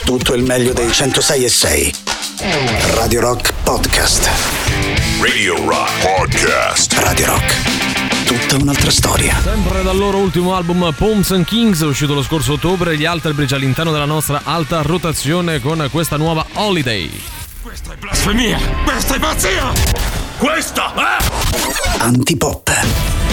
tutto il meglio dei 106.6. Radio Rock Podcast. Radio Rock Podcast. Radio Rock, tutta un'altra storia. Sempre dal loro ultimo album Palms and Kings, uscito lo scorso ottobre, gli Alterbridge all'interno della nostra alta rotazione con questa nuova Holiday. Questa è blasfemia! Questa è pazzia! Questa è Antipop.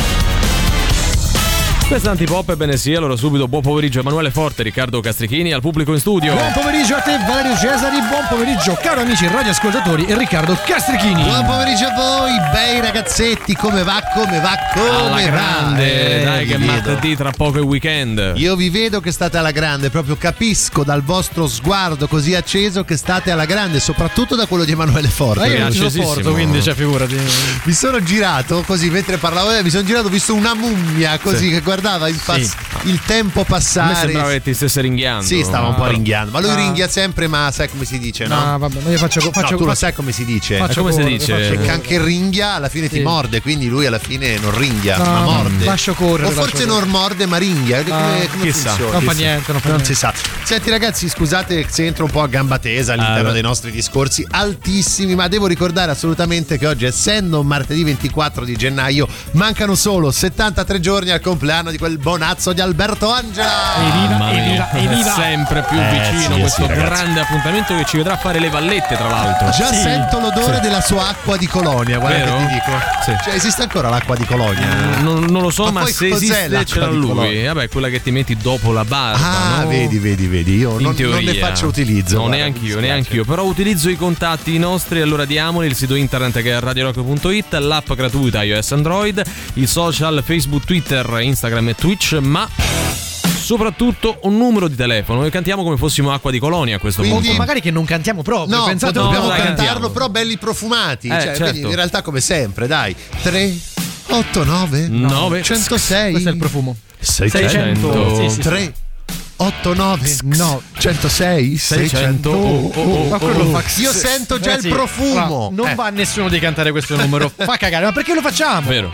Questa è Antipop, ebbene sì, allora subito buon pomeriggio Emanuele Forte, Riccardo Castrichini, al pubblico in studio. Buon pomeriggio a te Valerio Cesari, buon pomeriggio caro amici radioascoltatori e Riccardo Castrichini. Buon pomeriggio a voi, bei ragazzetti, come va? Alla grande, dai che martedì tra poco è weekend. Io vi vedo che state alla grande, proprio capisco dal vostro sguardo così acceso che state alla grande, soprattutto da quello di Emanuele Forte. Io non ci sopporto, quindi cioè figurati. Mi sono girato così mentre parlavo, ho visto una mummia così che guardava il tempo passare. A me sembrava che ti stesse ringhiando. Sì, stava un po' ringhiando, ma lui ringhia sempre, ma sai come si dice, no? No, vabbè, ma io faccio tu lo sai come si dice? Come si dice? Che anche ringhia alla fine ti morde, quindi lui alla fine non ringhia, ma morde. Lascio correre. O forse non morde ma ringhia. Come chissà. funziona? Non fa niente, non si sa. Senti ragazzi, scusate se entro un po' a gamba tesa all'interno dei nostri discorsi altissimi, ma devo ricordare assolutamente che oggi, essendo martedì 24 di gennaio, mancano solo 73 giorni al compleanno di quel bonazzo di Alberto Angela. Evviva. Sempre più vicino questo grande appuntamento che ci vedrà fare le vallette, tra l'altro. Già sento l'odore della sua acqua di Colonia, guarda. Vero? Che ti dico. Sì. Cioè, esiste ancora l'acqua di Colonia? Non lo so, ma poi se cos'è esiste l'acqua ce l'ha di lui. Colonia? Vabbè, quella che ti metti dopo la barba. Ah, no? vedi, io non ne faccio utilizzo. No, guarda, neanche io. Però utilizzo i contatti nostri, allora diamoli: il sito internet che è radiorock.it, l'app gratuita iOS Android, i social Facebook, Twitter, Instagram e Twitch, ma soprattutto un numero di telefono. E cantiamo come fossimo acqua di Colonia a questo punto. Magari che non cantiamo proprio. No, pensate dobbiamo dai, cantarlo, cantiamo. però belli profumati. Certo. Quindi in realtà come sempre, dai. 3, 8, 9, 9, 106. Questo è il profumo. 600. Sì. 3, 8, 9, No. 106, 600. Ma quello fa. Io sento già il Ragazzi, profumo. no, non va a nessuno di cantare questo numero. Fa cagare, ma perché lo facciamo? Vero.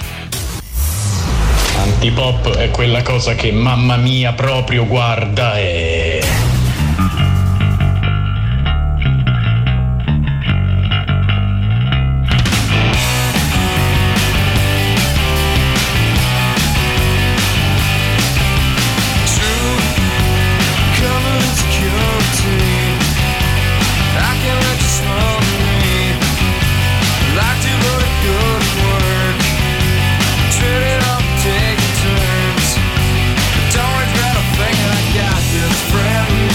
Antipop è quella cosa che mamma mia proprio guarda e... Friend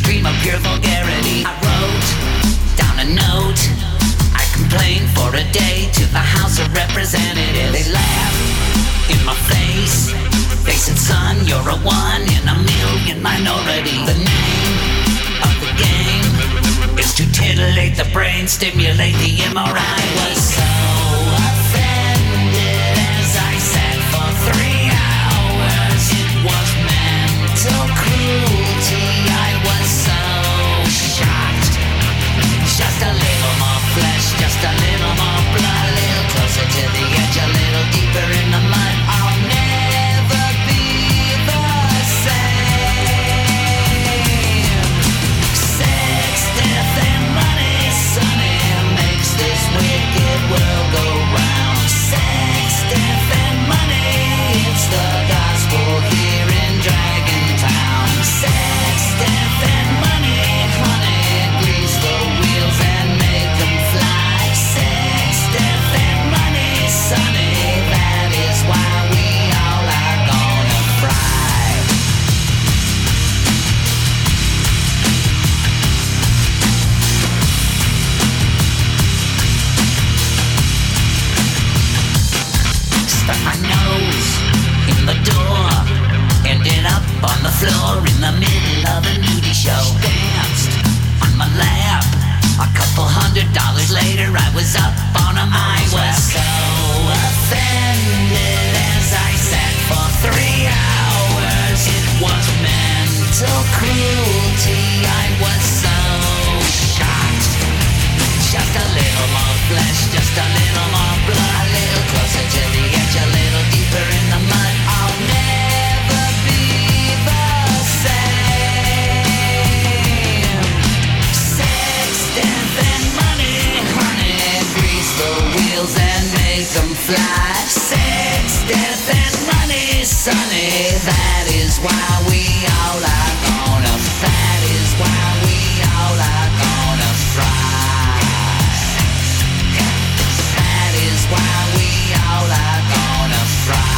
stream of pure vulgarity. I wrote down a note, I complained for a day to the House of Representatives. They laughed in my face, they said, son, you're a one in a million minority. The name of the game is to titillate the brain, stimulate the MRI. I was so offended as I sat for 3 hours. It was mental cruelty. I was so shocked. Just a little more flesh, just a little more blood, a little closer to the edge, a little deeper in the mud. I'll never be the same. Sex, death, and money, sonny, makes this wicked world go round. Sex, death, and money, it's the gospel here in Dragontown. Sex, death, and money, honey, grease the wheels and make them fly. Sex, death, and money, sonny, that is why we all are gonna fry. Stuck my nose in the door, ended up on the floor in the middle of a nudie show. Danced on my lap, a couple $100 later I was up on a I was so offended as I sat for 3 hours. It was mental cruelty. I was so shocked. Just a little more flesh, just a little more blood, a little closer to the edge, a little deeper in the mud. I'll never be the same. Sex, death, and money, honey, grease the wheels and make them fly. Sex, death, and money, sonny, that is why we all are gonna, that is why we all are gonna fry. That is why we all are gonna fry.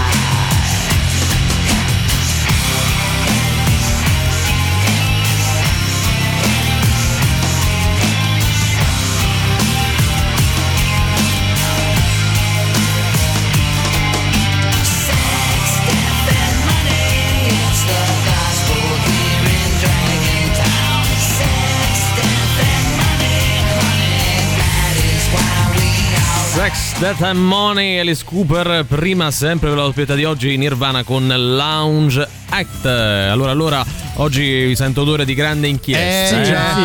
Sex, death, and money, it's the gospel here in Dragontown. Sex, death, and money, honey, that is why we all are. Sex, Death and Money, Alice Cooper. Prima, sempre per la doppietta di oggi, Nirvana con Lounge Act. Allora, oggi sento odore di grande inchiesta.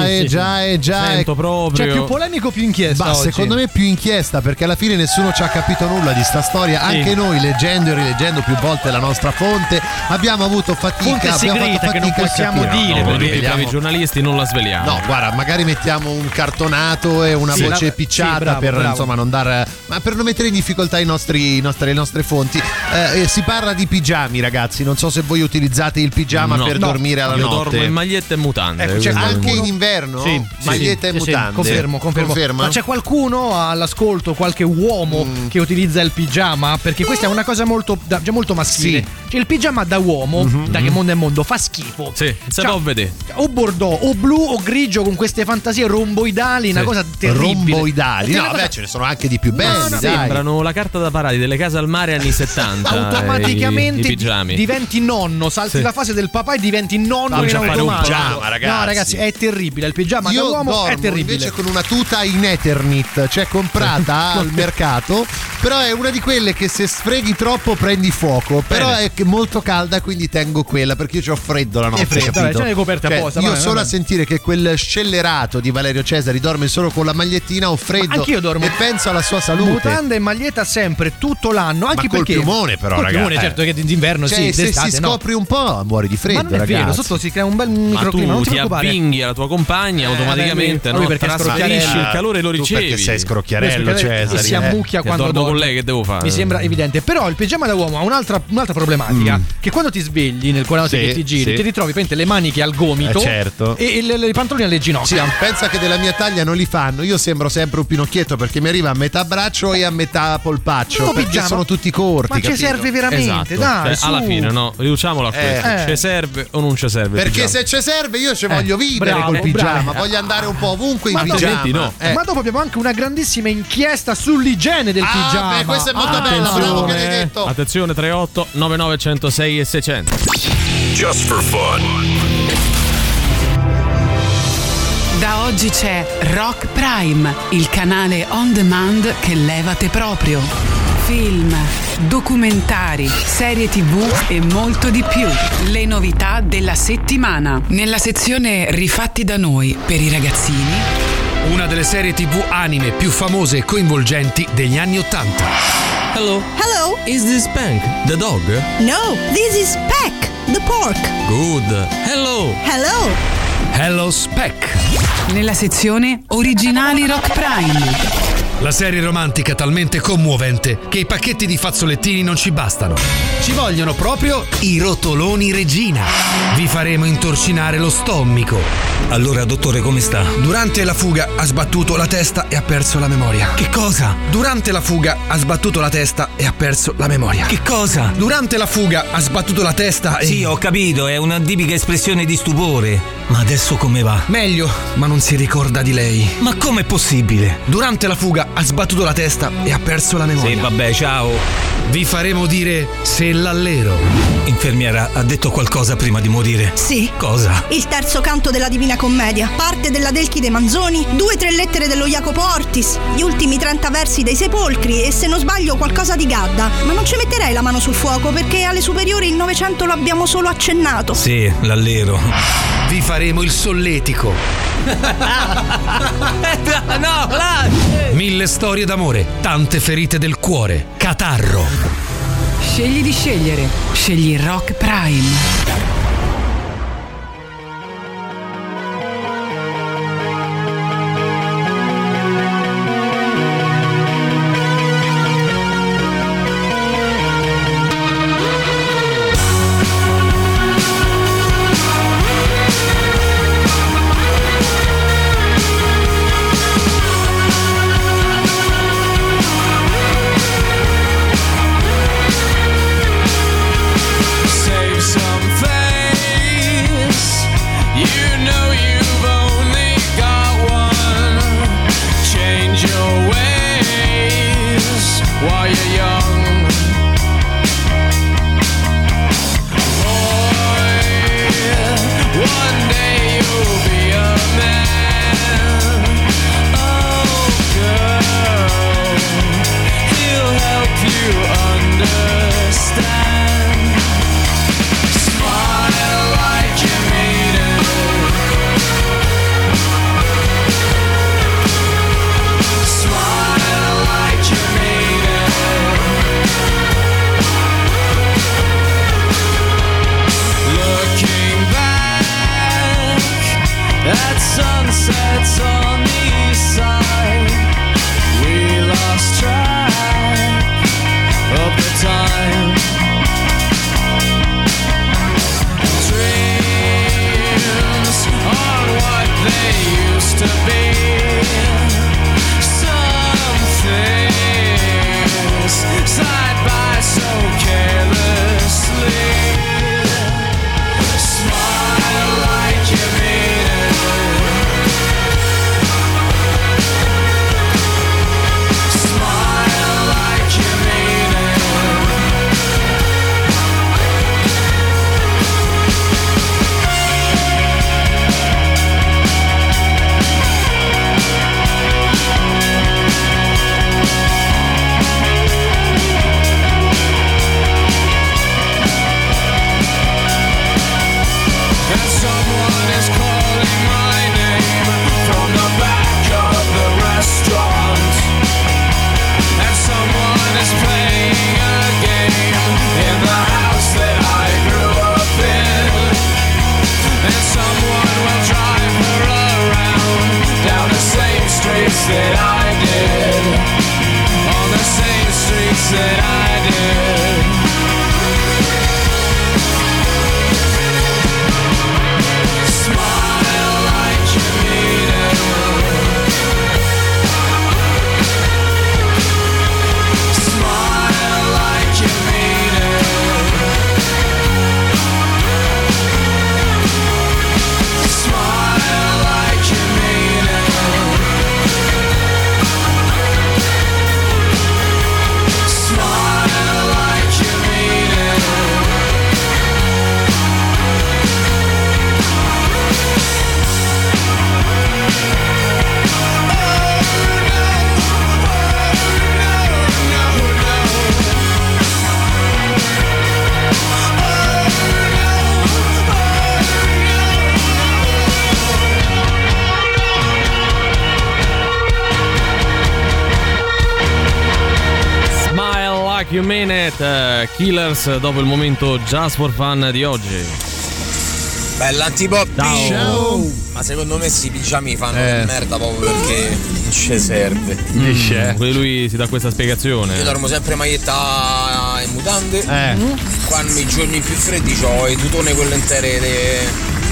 Già. Sento proprio. Cioè, più polemico, più inchiesta. Ma oggi. secondo me più inchiesta, perché alla fine nessuno ci ha capito nulla di sta storia. Anche noi, leggendo e rileggendo più volte la nostra fonte, abbiamo avuto fatica. Fonte abbiamo segreta fatto che non fatica a possiamo capire. dire, No, perché i bravi giornalisti non la sveliamo. No, guarda, magari mettiamo un cartonato e una voce picciata per insomma non dare, ma per non mettere in difficoltà le nostre fonti. Si parla di pigiami, ragazzi. Non so se voi utilizzate il pigiama per dormire alla io notte. dormo in maglietta e mutande. Ecco, c'è Anche in inverno? Sì, Maglietta e mutande. Confermo. Conferma? Ma c'è qualcuno all'ascolto, qualche uomo che utilizza il pigiama? Perché questa è una cosa già molto maschile. Sì. Cioè, il pigiama da uomo, da che mondo è mondo, fa schifo. Sì, se può vedere. O bordeaux, o blu, o grigio, con queste fantasie romboidali, una cosa terribile. Romboidali. È No, una cosa- beh, ce ne sono anche di più belli, dai. Sembrano la carta da parati delle case al mare anni 70. Automaticamente i pigiami. diventi nonno, salti la fase del papà e diventi nonno in Comincia a fare un automatico. pigiama, ragazzi. No, ragazzi, è terribile. Il pigiama da Io uomo è dormo terribile. invece con una tuta in Eternit, cioè comprata al mercato, però è una di quelle che se sfreghi troppo prendi fuoco, però è molto calda, quindi tengo quella perché io c'ho freddo la notte, freddo, capito? c'è le coperte apposta, Io vabbè, solo vabbè. a sentire che quel scellerato di Valerio Cesari dorme solo con la magliettina ho freddo. Anch'io dormo. E penso alla sua salute. Mutanda e maglietta sempre, tutto l'anno, anche Ma col perché piumone però, col ragazzi. piumone, certo, che d'inverno Cioè, sì, se d'estate si no. scopri un po' muori di freddo, Ma non è vero, ragazzi. sotto si crea un bel Ma microclima, non tu ti ti preoccupare. avvinghi alla tua compagna automaticamente, lui no? perché è Trasferisci scrocchiarello. il calore e lo Tu ricevi. perché sei scrocchiarello, E Cesari. si ammucchia Che quando dormo con con lei che devo fare? Mi sembra evidente. Però il pigiama da uomo ha un'altra problematica. Che quando ti svegli nel 40 Sì, che ti giri, sì. ti ritrovi praticamente le maniche al gomito certo. e le pantaloni alle Sì, ginocchia. pensa che della mia taglia non li fanno. Io sembro sempre un pinocchietto perché mi arriva a metà braccio e a metà polpaccio. No, perché pigiama. sono tutti corti. Ma ci capito? serve veramente, Esatto. dai, Cioè, alla su. fine, no? Riduciamolo a questo. Ci serve o non ci serve? il Perché pigiama? se ci serve io ci voglio vivere bravo, col pigiama. bravo. Voglio andare un po' ovunque in Ma no, pigiama. no. Ma dopo abbiamo anche una grandissima inchiesta sull'igiene del pigiama. beh, questa è molto bella. Bravo che l'hai detto. Attenzione, 38 99 106 e 600. Just for fun. Da oggi c'è Rock Prime, il canale on demand che levate proprio. Film, documentari, serie TV e molto di più. Le novità della settimana. Nella sezione Rifatti da noi per i ragazzini, Una delle serie TV anime più famose e coinvolgenti degli anni '80. Hello. Hello? Is this Pank, the dog? No, this is Peck, the pork. Good. Hello. Hello? Hello Spec. nella sezione Originali Rock Prime. La serie romantica talmente commovente che i pacchetti di fazzolettini non ci bastano. Ci vogliono proprio i rotoloni Regina. Vi faremo intorcinare lo stomaco. Allora, dottore, come sta? Durante la fuga ha sbattuto la testa e ha perso la memoria. Che cosa? Durante la fuga ha sbattuto la testa e ha perso la memoria. Che cosa? Durante la fuga ha sbattuto la testa e... Sì, ho capito, è una tipica espressione di stupore. Ma adesso come va? Meglio, ma non si ricorda di lei. Ma com'è possibile? Durante la fuga ha sbattuto la testa e ha perso la memoria. Sì, vabbè, ciao. Vi faremo dire se l'allero. Infermiera, ha detto qualcosa prima di morire? Sì. Cosa? Il terzo canto della Divina Commedia, parte della Delchide Manzoni, 2-3 lettere dello Jacopo Ortis, gli ultimi 30 versi dei Sepolcri e se non sbaglio qualcosa di Gadda. Ma non ci metterei la mano sul fuoco perché alle superiori il Novecento lo abbiamo solo accennato. Sì, l'allero. Vi faremo il solletico. No, 1000 storie d'amore, tante ferite del cuore, catarro. Scegli di scegliere. Scegli Rock Prime. Save some face. You know you've only got one. Change your ways while you're young. Boy, one day you'll be a man. Oh, girl, he'll help you understand. Smile like you mean it. Smile like you mean it. Few Minutes, Killers, dopo il momento Just for Fun di oggi. Bella antipop. Ciao. Ma secondo me sti pigiami fanno di merda proprio perché non ci serve. Quindi lui si dà questa spiegazione. Io dormo sempre maglietta e mutande. Quando i giorni più freddi c'ho i tutone quelle intere.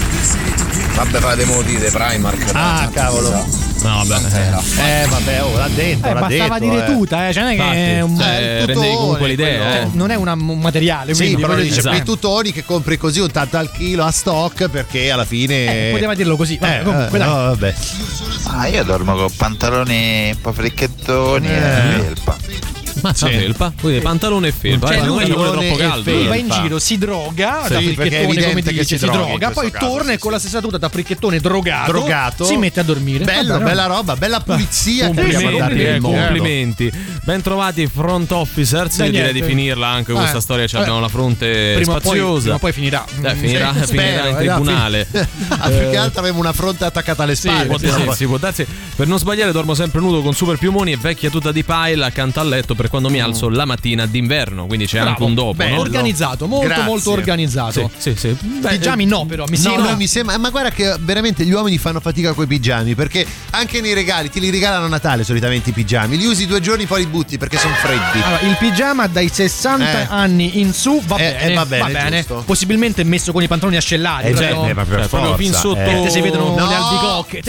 Vabbè, fate motite Primark. Ah, cavolo. No, vabbè. Vabbè, l'ha detto, bastava dire tuta, cioè non è che è un rendevi comunque l'idea. non è un materiale, Sì, quindi però voglio dice dire, quei tutoni che compri così un tanto al chilo a stock perché alla fine poteva dirlo così. Comunque, dai. no, vabbè. Io dormo con pantaloni un po' fricchettoni e felpa. Ma felpa? Quindi pantalone e felpa. Cioè, non è lui troppo caldo. va in giro, si droga, da Sì, perché è fricchettone, come evidente che dice, si si droga droga, in poi questo caso, torna e con la stessa tuta da fricchettone drogato si mette a dormire. Bello, Vabbè, bella roba, bella pulizia che abbiamo dato nel mondo. Complimenti. Ben trovati front officers. Io direi di finirla anche questa storia. Abbiamo la fronte spaziosa. Prima o poi finirà. Finirà in tribunale. Più che altro avremo una fronte attaccata alle spalle. Sì, può darsi. Per non sbagliare dormo sempre nudo con super piumoni e vecchia tuta di pile accanto al letto per quando mi alzo la mattina d'inverno, quindi c'è anche un dopo. Bello. No? Organizzato, molto organizzato. Sì. Pigiami no, però mi sembra. Mi sembra, ma guarda che veramente gli uomini fanno fatica coi pigiami, perché anche nei regali ti li regalano a Natale solitamente i pigiami, li usi 2 giorni poi li butti perché sono freddi. Allora, il pigiama dai 60 anni in su va bene, giusto. Possibilmente messo con i pantaloni ascellari, proprio fin sotto. Si vedono le albicocche.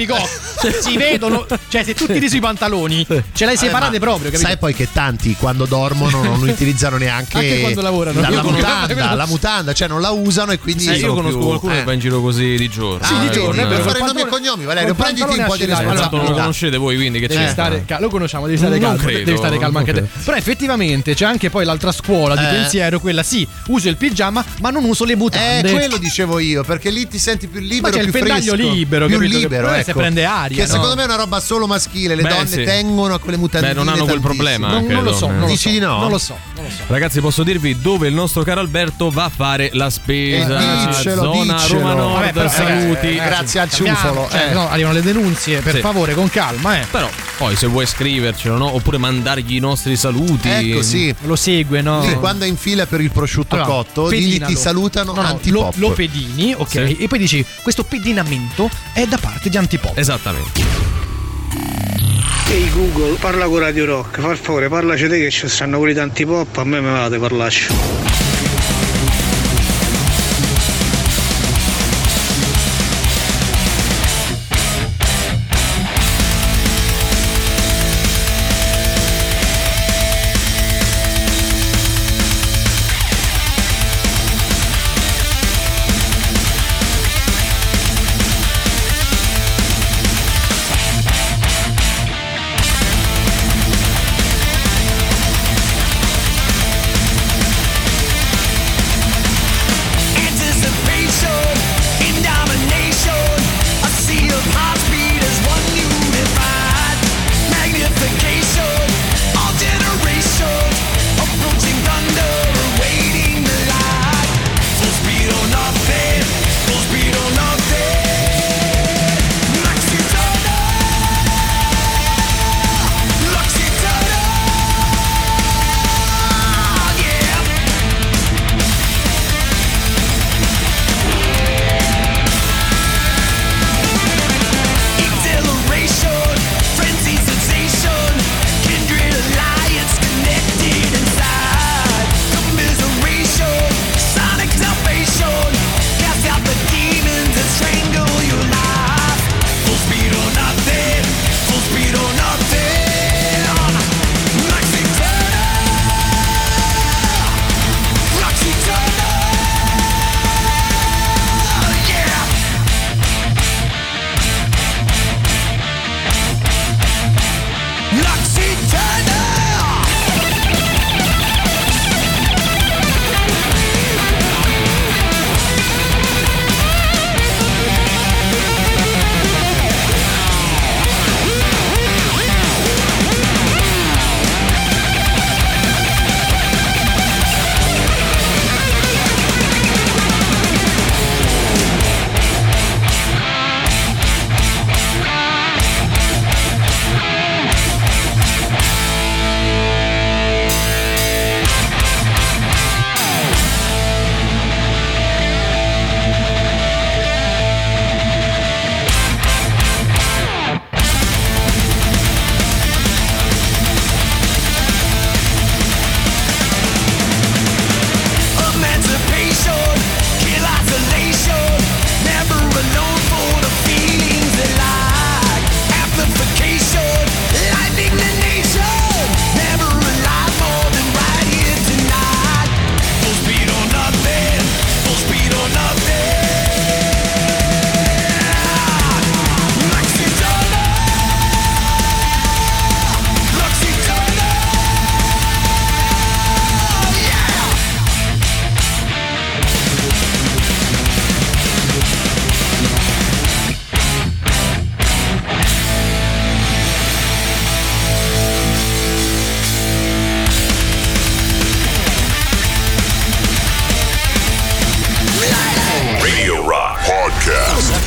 Si vedono, cioè se tu tiri sui pantaloni ce l'hai separate proprio, capito? Sai poi che tanti quando dormono non utilizzano neanche anche quando lavorano la mutanda, cioè non la usano e quindi io conosco qualcuno che va in giro così di giorno. Sì, di giorno, per fare nomi e cognomi, Valerio, prenditi un po' di responsabilità. Non lo conoscete voi, quindi che c'è? Lo conosciamo, devi stare calmo. Devi stare calmo anche te. Però effettivamente c'è anche poi l'altra scuola di pensiero, quella sì, uso il pigiama, ma non uso le mutande. Quello dicevo io, perché lì ti senti più libero, ma c'è più il pendaglio fresco, libero, più capito? libero, Se ecco. prende aria. Che secondo me è una roba solo maschile, le donne tengono a quelle mutandine. Non hanno quel problema. Non lo so, dici di no? Non lo so. Ragazzi, posso dirvi dove il nostro caro Alberto va a fare la spesa. Zona Roma Nord. Saluti. Grazie al ciufolo. Arrivano le denunzie, per favore, con calma. Però poi se vuoi scrivercelo, no? Oppure mandargli i nostri saluti. Ecco, sì. Lo segue, no? Sì, quando è in fila per il prosciutto cotto, ti salutano Antipop. Lo pedini, ok? Sì. E poi dici, questo pedinamento è da parte di Antipop. Esattamente. Ehi Google, parla con Radio Rock, per favore, parlaci te che ci stanno quelli tanti pop, a me va di parlarci.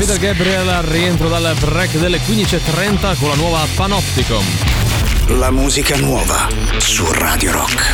Peter Gabriel al rientro dal break delle 15.30 con la nuova Panopticon. La musica nuova su Radio Rock.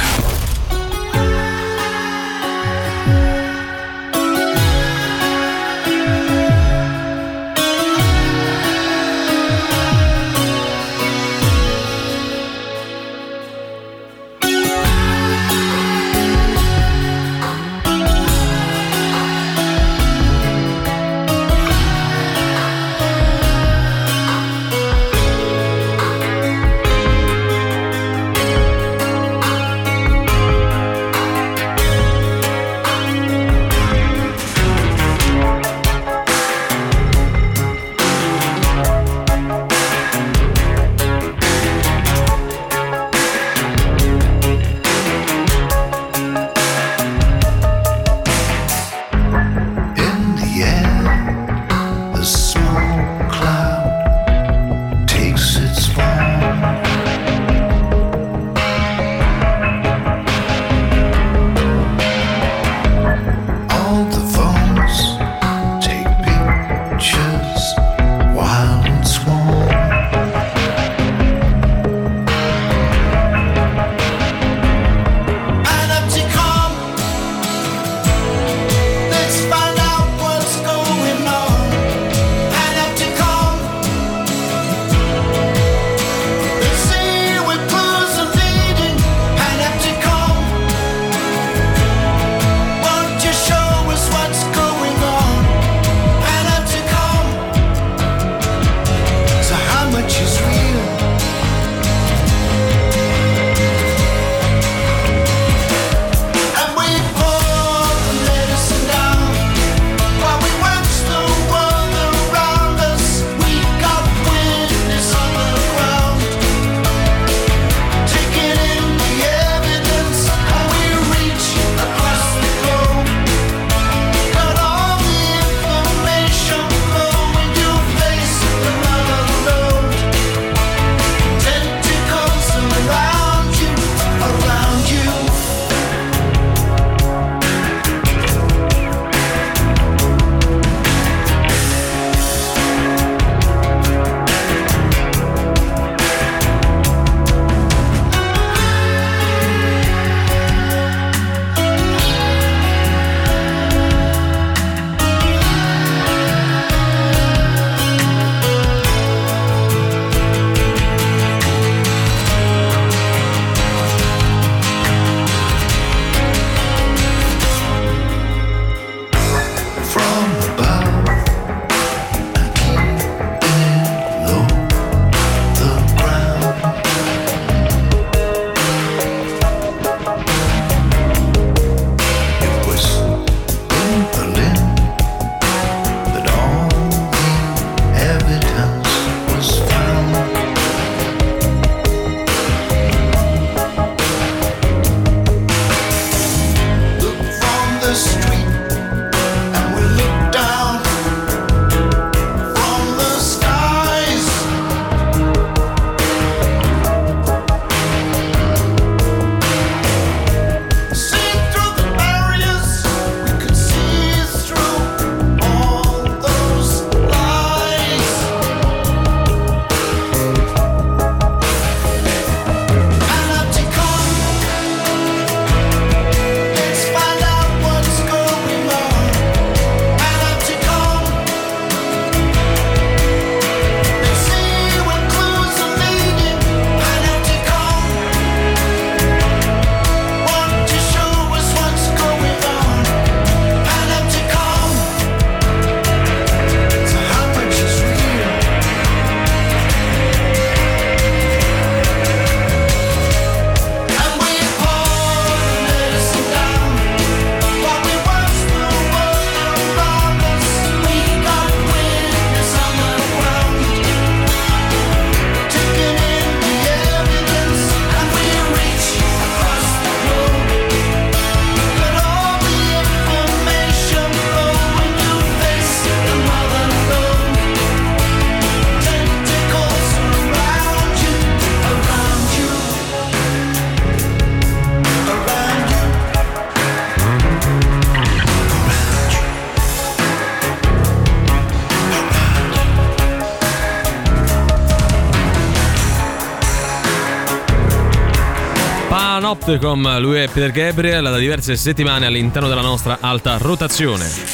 Synopticon, lui è Peter Gabriel, da diverse settimane all'interno della nostra alta rotazione.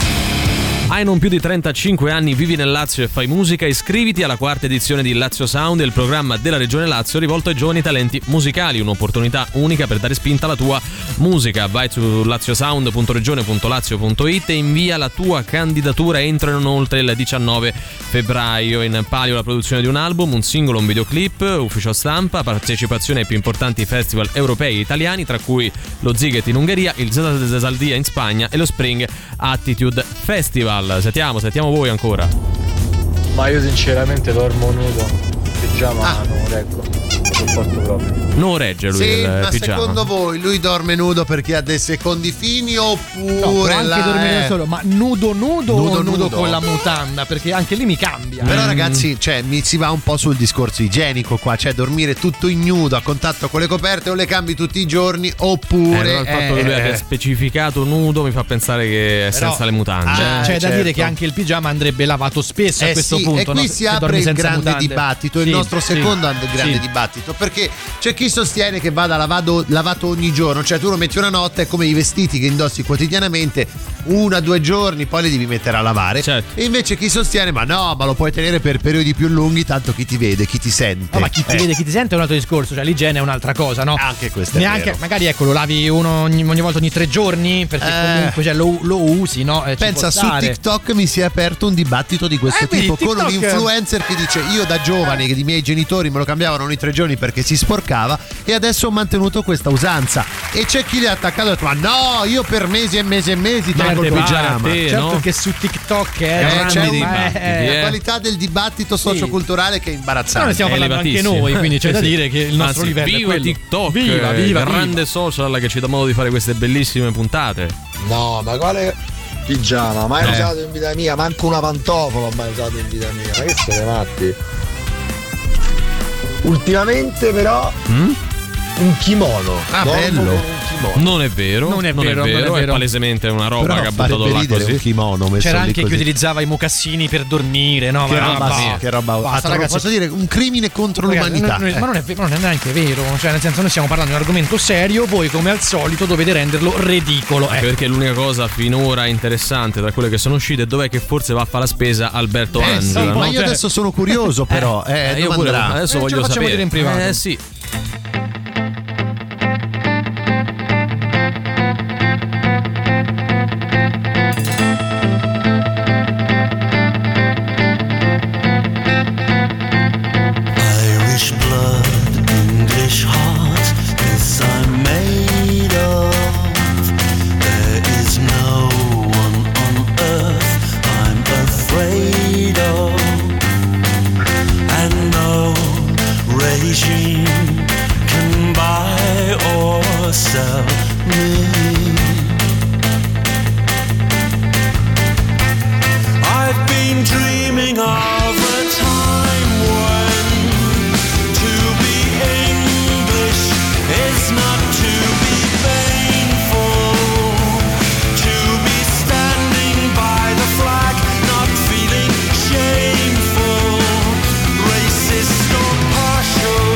Hai non più di 35 anni, vivi nel Lazio e fai musica? Iscriviti alla quarta edizione di Lazio Sound, il programma della Regione Lazio rivolto ai giovani talenti musicali, un'opportunità unica per dare spinta alla tua musica. Vai su laziosound.regione.lazio.it e invia la tua candidatura entro e non oltre il 19 febbraio. In palio la produzione di un album, un singolo, un videoclip, ufficio stampa, partecipazione ai più importanti festival europei e italiani, tra cui lo Ziget in Ungheria, il Zaldia in Spagna e lo Spring Attitude Festival. Sentiamo voi ancora. Ma io sinceramente dormo nudo. Pigiama non reggo. Non porto proprio. Non regge lui il pigiama. Secondo voi lui dorme nudo perché ha dei secondi fini oppure può anche dormire da solo, ma nudo o nudo con la mutanda? Perché anche lì mi cambia. Però ragazzi, cioè, mi si va un po' sul discorso igienico qua, cioè dormire tutto ignudo a contatto con le coperte, o le cambi tutti i giorni oppure però il fatto che lui abbia specificato nudo mi fa pensare che è senza le mutande. C'è da dire che anche il pigiama andrebbe lavato spesso a questo punto. E qui si apre il grande dibattito, il nostro secondo grande dibattito, perché c'è chi sostiene che vada lavato ogni giorno, cioè tu lo metti una notte, è come i vestiti che indossi quotidianamente, 1 o 2 giorni, poi li devi mettere a lavare. Certo. E invece chi sostiene ma lo puoi tenere per periodi più lunghi, tanto chi ti vede, chi ti sente. No, ma chi ti vede, chi ti sente è un altro discorso, cioè l'igiene è un'altra cosa, no? Anche questo è neanche vero. Magari lo lavi ogni volta ogni 3 giorni, perché comunque cioè, lo usi, no? Pensa, su TikTok mi si è aperto un dibattito di questo tipo, con un influencer che dice: io da giovane che i miei genitori me lo cambiavano ogni 3 giorni perché si sporcava, e adesso ho mantenuto questa usanza. E c'è chi le ha attaccato e ha detto: ma no, io per mesi e mesi e mesi tengo il pigiama. Certo che su TikTok c'è la qualità del dibattito socioculturale che è imbarazzante. Noi stiamo parlando anche noi, quindi c'è da dire che il nostro livello viva è quello. TikTok, viva grande social che ci dà modo di fare queste bellissime puntate. No, ma quale pigiama? Mai usato in vita mia, manco una pantofola ho mai usato in vita mia. Ma che siete matti? Ultimamente però un kimono. Bello. Non è vero, è palesemente una roba però che ha buttato là così. Un kimono messo c'era lì anche così. chi utilizzava i mocassini per dormire, no? Che roba. Basta, ragazzi, posso dire un crimine contro l'umanità. Ma non è neanche vero, cioè nel senso noi stiamo parlando di un argomento serio, voi come al solito dovete renderlo ridicolo. Perché l'unica cosa finora interessante tra quelle che sono uscite, dov'è che forse va a fare la spesa Alberto Angela? Ma io adesso sono curioso però, io pure adesso voglio sapere. Vedere in privato. Sì. Irish blood, English heart, this I'm made of. There is no one on earth I'm afraid of, and no regime can buy or sell me. I've been dreaming of a time when to be English is not to be painful, to be standing by the flag, not feeling shameful, racist or partial.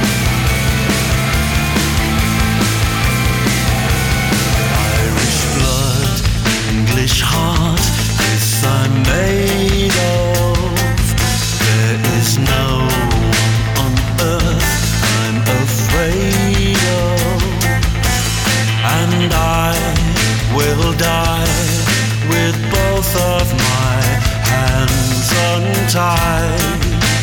Irish blood, English heart, this I'm made of. There is no one on earth I'm afraid of, and I will die with both of my hands untied.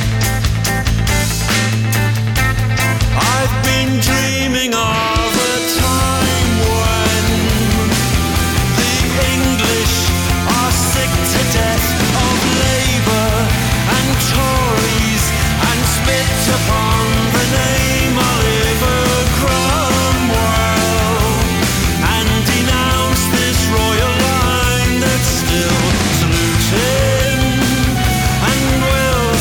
I've been dreaming of a time when the English are sick to death of Labour and Tories, and spit upon the name Oliver Cromwell, and denounce this royal line that's still saluting, and will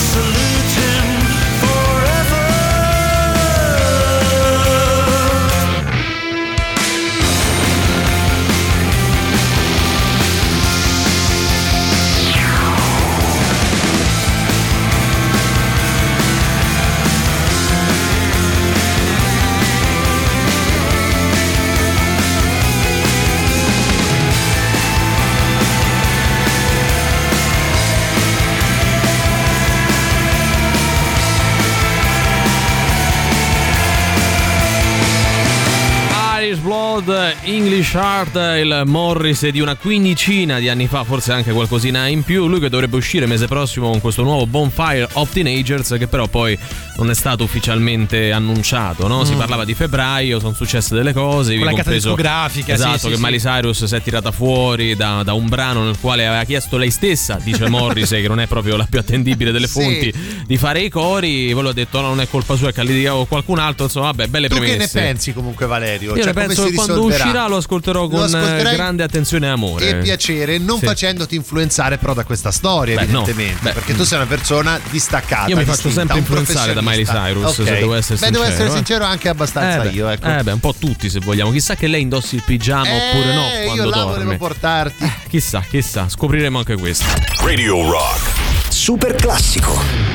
Blood, English Heart, il Morris di una quindicina di anni fa, forse anche qualcosina in più. Lui che dovrebbe uscire mese prossimo con questo nuovo Bonfire of Teenagers, che però poi non è stato ufficialmente annunciato, no? Si parlava di febbraio, sono successe delle cose, con la casa discografica, esatto, che Miley Cyrus si è tirata fuori da un brano nel quale aveva chiesto lei stessa, dice Morrissey, che non è proprio la più attendibile delle fonti, di fare i cori. Poi l'ho detto no, non è colpa sua, che ha litigato con qualcun altro, insomma vabbè, belle premesse. Tu che ne pensi comunque, Valerio? Io cioè, ne penso che quando uscirà lo ascolterò con grande attenzione e amore e piacere, non facendoti influenzare però da questa storia, evidentemente, perché tu sei una persona distaccata. Io mi faccio sempre influenzare da Miley Cyrus, se devo essere sincero. Devo essere sincero anche abbastanza io, ecco. Un po' tutti, se vogliamo. Chissà che lei indossi il pigiama oppure no quando io là dorme. volevo portarti. Chissà, scopriremo anche questo. Radio Rock Super classico.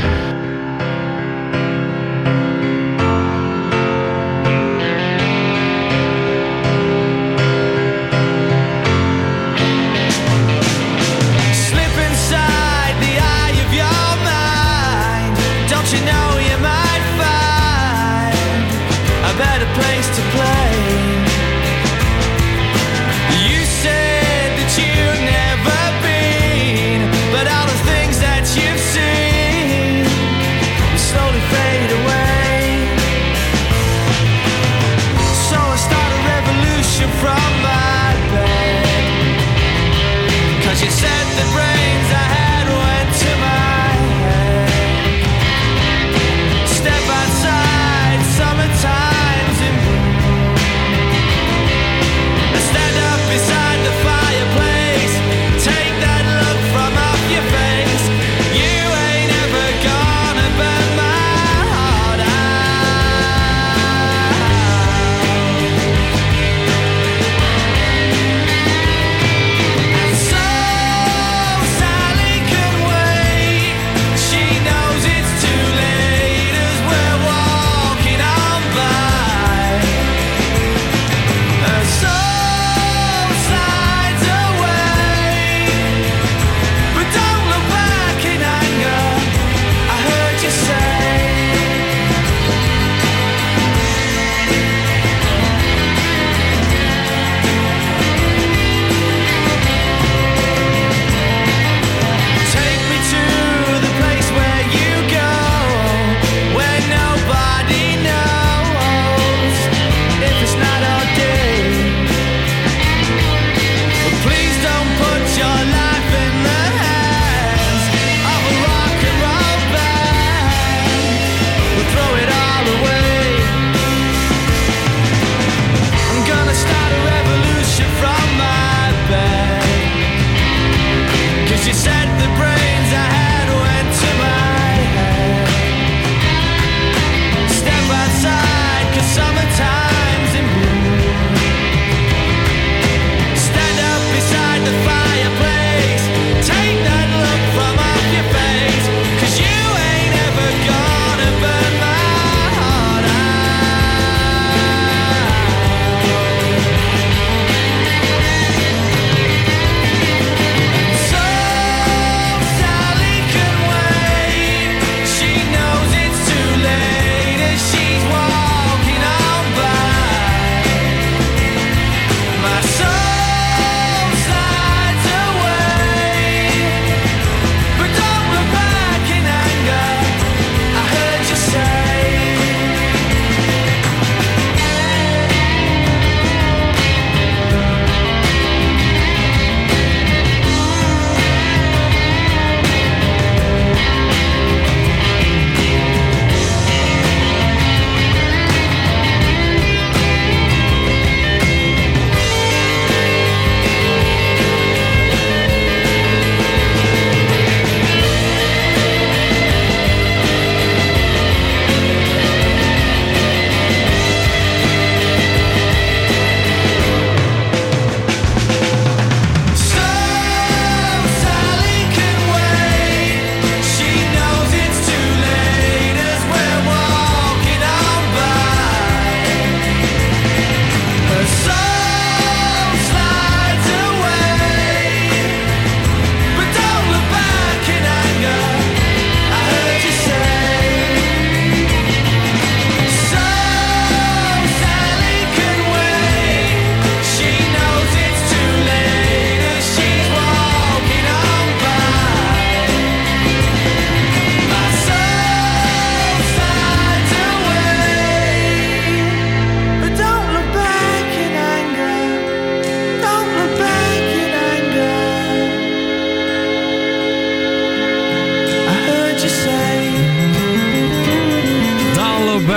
Step outside, summertime's in bloom.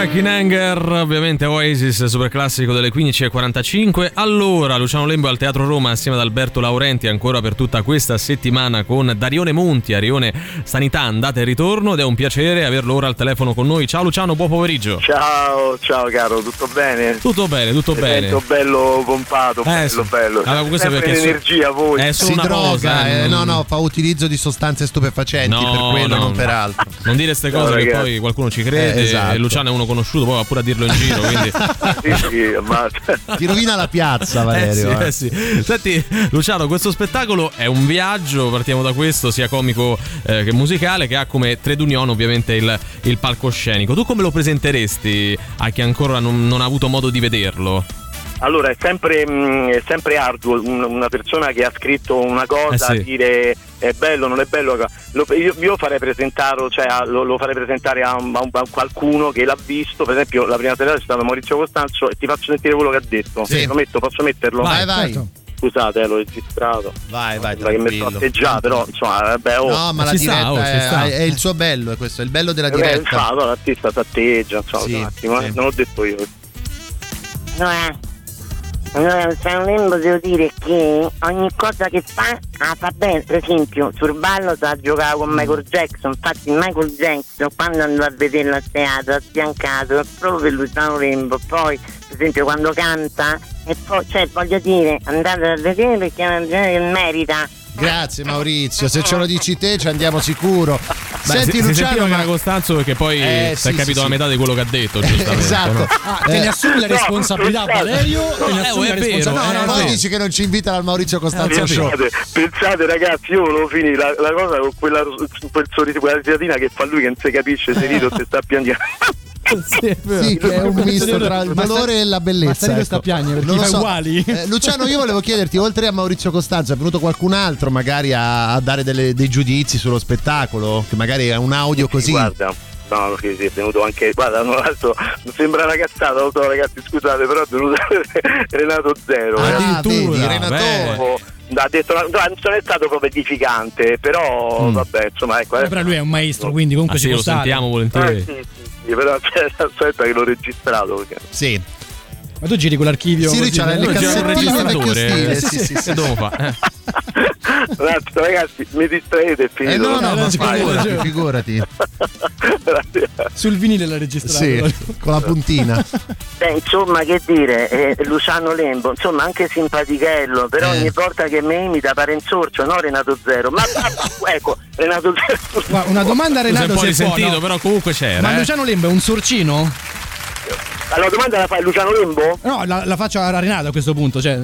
Tracking Anger, ovviamente Oasis, super classico delle 15:45. Allora, Luciano Lembo al Teatro Roma assieme ad Alberto Laurenti ancora per tutta questa settimana con Darione Monti, Arione Sanità, andata e ritorno, ed è un piacere averlo ora al telefono con noi. Ciao Luciano, buon pomeriggio. Ciao caro, tutto bene? Tutto bene, tutto bene. Sento bello pompato, bello. Allora, questo sempre perché energia voi. È solo Si una droga, cosa, no, fa utilizzo di sostanze stupefacenti, per quello, non per altro. Non dire queste cose che poi qualcuno ci crede. Esatto. E Luciano è uno conosciuto, poi va pure a dirlo in giro, quindi sì, ma ti rovina la piazza, Valerio. Sì. Senti Luciano, questo spettacolo è un viaggio, partiamo da questo, sia comico che musicale, che ha come trade union ovviamente il palcoscenico. Tu come lo presenteresti a chi ancora non ha avuto modo di vederlo? Allora è sempre arduo una persona che ha scritto una cosa dire è bello, non è bello, io farei presentare, cioè lo farei presentare a qualcuno che l'ha visto. Per esempio la prima serata è stato Maurizio Costanzo, e ti faccio sentire quello che ha detto. Sì. Prometto, posso metterlo? Vai. Certo. Scusate, l'ho registrato. Vai, che mi sto atteggiato, però insomma, vabbè, No, ma la diretta è il suo bello, è questo, è il bello della diretta. L'artista si atteggia, insomma, Sì, un attimo, sì. non l'ho detto io. Allora, Luciano Lembo, devo dire che ogni cosa che fa bene. Per esempio sul ballo sa giocare con Michael Jackson. Infatti Michael Jackson, quando andò a vederlo al teatro, ha sbiancato proprio per Luciano Lembo. Poi per esempio quando canta, e poi, cioè, voglio dire, andate a vedere perché è una gente che merita. Grazie Maurizio, se ce lo dici te ci andiamo sicuro. Senti Luciano, ma Costanzo, perché poi si è capito la metà di quello che ha detto, giustamente. Esatto. No? Te ne assumi la responsabilità, Valerio? Te ne assumi la responsabilità? Poi dici che non ci invita al Maurizio Costanzo Show. Pensate ragazzi, io volevo finire la cosa con quel sorriso, quella risiatina che fa lui, che non si capisce se ride o se sta piangendo. Sì, che è un misto tra il dolore e la bellezza. Ma sta piangere perché fa uguali. Luciano, io volevo chiederti, oltre a Maurizio Costanzo, è venuto qualcun altro magari a dare dei giudizi sullo spettacolo? Che magari è un audio così. Guarda, no, sì, è venuto anche. Guarda, sembra una cazzata, lo so ragazzi, scusate, però è venuto Renato Zero. Addirittura, Renato. Ha detto, non è stato proprio edificante, però vabbè, insomma, ecco. Però lui è un maestro, quindi comunque ci può stare. Sentiamo volentieri. Sì, però aspetta che l'ho registrato perché... Sì. Ma tu giri con l'archivio? Sì, lui c'ha le cassettine vecchio stile. Sì. Che devo fare? Ragazzi, mi distraete, è finito. No, ma figurati. Sul vinile l'ha registrato. Sì, con la puntina. Insomma, che dire, Luciano Lembo, insomma, anche simpatichello, però ogni volta che mi imita pare in sorcio, no Renato Zero. Ma ecco, Renato Zero. Ma una domanda a Renato, un po' se risentito, può, no? però comunque c'era. Ma Luciano Lembo è un sorcino? La domanda la fai Luciano Lembo? No, la faccio a Renato a questo punto, cioè,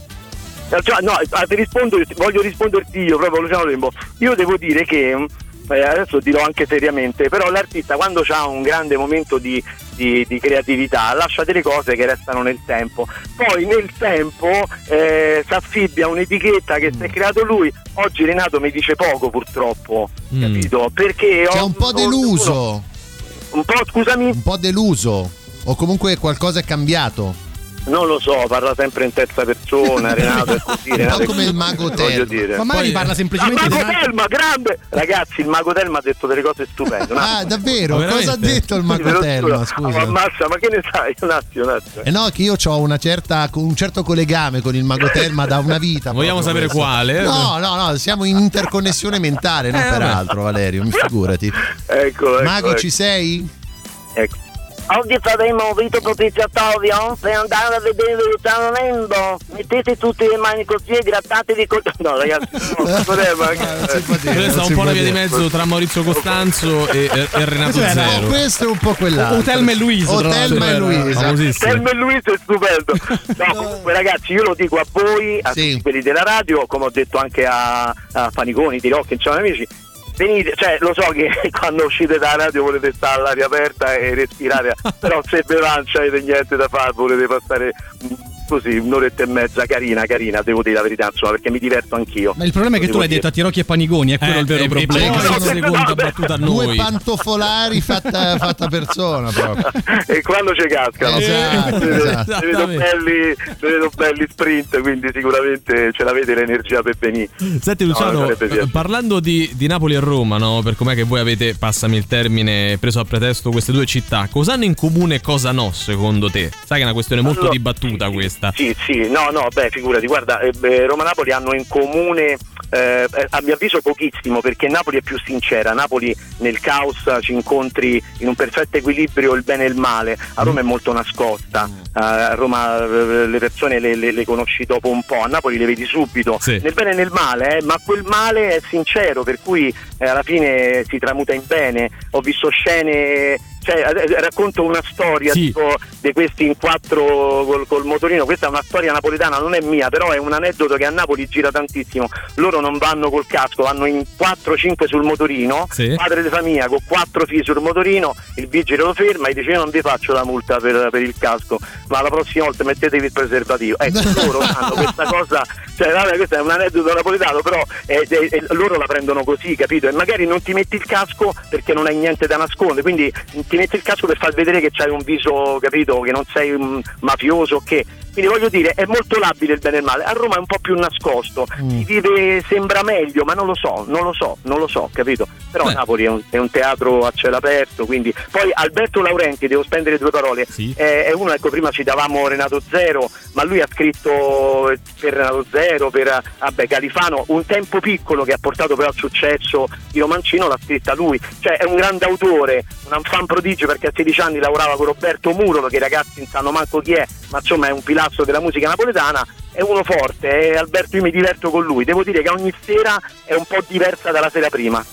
No, ti rispondo, voglio risponderti io, proprio Luciano Lembo. Io devo dire che adesso dirò anche seriamente, però l'artista quando ha un grande momento di creatività lascia delle cose che restano nel tempo. Poi nel tempo si affibbia un'etichetta che si è creato lui. Oggi Renato mi dice poco, purtroppo, capito? Perché c'è un po' deluso. Un po', scusami? Un po' deluso. O comunque qualcosa è cambiato. Non lo so, parla sempre in terza persona, Renato è così, Renato un po' come il Mago Telma. Ma magari parla semplicemente di Mago Telma, grande! Ragazzi, il Mago Telma ha detto delle cose stupende. Davvero? Cosa ha detto il Mago Telma? Scusa. Ammazza, ma che ne sai? Un attimo. No, che io ho un certo collegame con il Mago Telma da una vita. Vogliamo sapere quale? No, siamo in interconnessione mentale, non peraltro, Valerio, figurati. Ecco. Mago, ci sei? Ecco. Oggi faremo un rito propiziatorio per andare a vedere Luciano Lembo. Mettete tutte le mani così e grattatevi col... No ragazzi, questa è un po' la via di mezzo tra Maurizio Costanzo e Renato Zero. Questo è un po' quell'altro. Telma e Luisa. Telma e Luisa è stupendo. No, comunque ragazzi, io lo dico a voi, a tutti quelli della radio, come ho detto anche a Faniconi, di Rock, insomma amici, venite, cioè lo so che quando uscite dalla radio volete stare all'aria aperta e respirare, però se ve non avete niente da fare, volete passare così, un'oretta e mezza, carina, devo dire la verità, insomma, perché mi diverto anch'io. Ma il problema è che tu l'hai detto a Tirocchi e Panigoni, è quello il vero problema. Seconda battuta a noi. Due pantofolari fatta persona proprio. E quando ci cascano, Esatto. li vedo belli sprint, quindi sicuramente ce l'avete l'energia per venire. Senti Luciano, parlando di Napoli e Roma, no? Per com'è che voi avete, passami il termine, preso a pretesto queste due città, cosa hanno in comune e cosa no secondo te? Sai che è una questione molto dibattuta questa. Sì, figurati, guarda, Roma-Napoli hanno in comune a mio avviso pochissimo, perché Napoli è più sincera. Napoli nel caos ci incontri in un perfetto equilibrio il bene e il male. A Roma è molto nascosta, a Roma le persone le conosci dopo un po', a Napoli le vedi subito, nel bene e nel male, ma quel male è sincero, per cui alla fine si tramuta in bene. Ho visto scene, racconto una storia tipo di questi in 4 col motorino. Questa è una storia napoletana, non è mia, però è un aneddoto che a Napoli gira tantissimo. Loro non vanno col casco, vanno in 4-5 sul motorino, padre di famiglia con 4 figli sul motorino, il vigile lo ferma e dice: io non vi faccio la multa per il casco, ma la prossima volta mettetevi il preservativo. Loro hanno questa cosa, questo è un aneddoto napoletano, però loro la prendono così, capito? E magari non ti metti il casco perché non hai niente da nascondere, quindi ti metti il casco per far vedere che c'hai un viso, capito, che non sei un mafioso, che quindi voglio dire, è molto labile il bene e il male. A Roma è un po' più nascosto, si vive, sembra meglio, ma non lo so, capito? Però Napoli è un teatro a cielo aperto, quindi poi Alberto Laurenti, devo spendere 2 parole, è uno, ecco, prima citavamo Renato Zero, ma lui ha scritto per Renato Zero, per Califano, Un tempo piccolo, che ha portato però al successo di Romancino, l'ha scritta lui, cioè è un grande autore, un fan prodigio, perché a 16 anni lavorava con Roberto Muro, che i ragazzi non sanno manco chi è, ma insomma è un pilastro della musica napoletana, è uno forte, e Alberto, io mi diverto con lui, devo dire che ogni sera è un po' diversa dalla sera prima,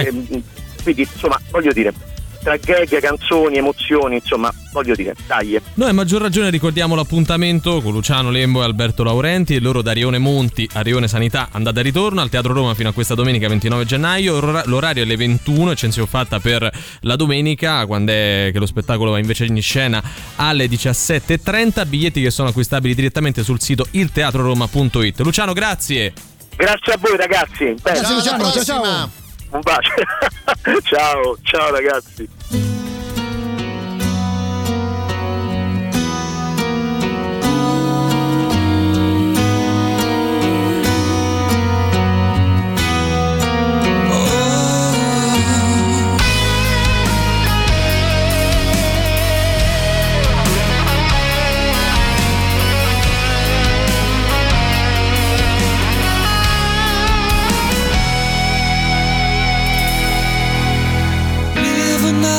quindi insomma voglio dire, tra gag, canzoni, emozioni, insomma, voglio dire, dai. Noi a maggior ragione ricordiamo l'appuntamento con Luciano Lembo e Alberto Laurenti e loro da Rione Monti a Rione Sanità, andata e ritorno al Teatro Roma fino a questa domenica 29 gennaio, l'orario è alle 21, eccezione fatta per la domenica, quando è che lo spettacolo va invece in scena alle 17:30, biglietti che sono acquistabili direttamente sul sito ilteatroroma.it. Luciano, grazie. Grazie a voi ragazzi. Grazie Luciano, ciao. Un bacio. ciao ragazzi. Living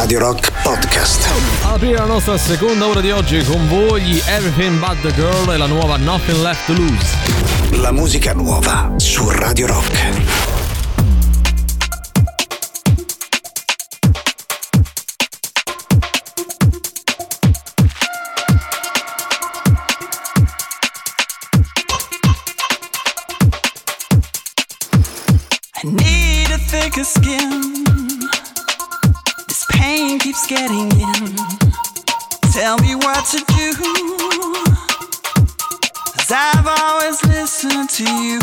Radio Rock Podcast. A aprire la nostra seconda ora di oggi con voi gli Everything But The Girl e la nuova Nothing Left To Lose. La musica nuova su Radio Rock. I need a thicker skin. This pain keeps getting in. Tell me what to do, 'cause I've always listened to you.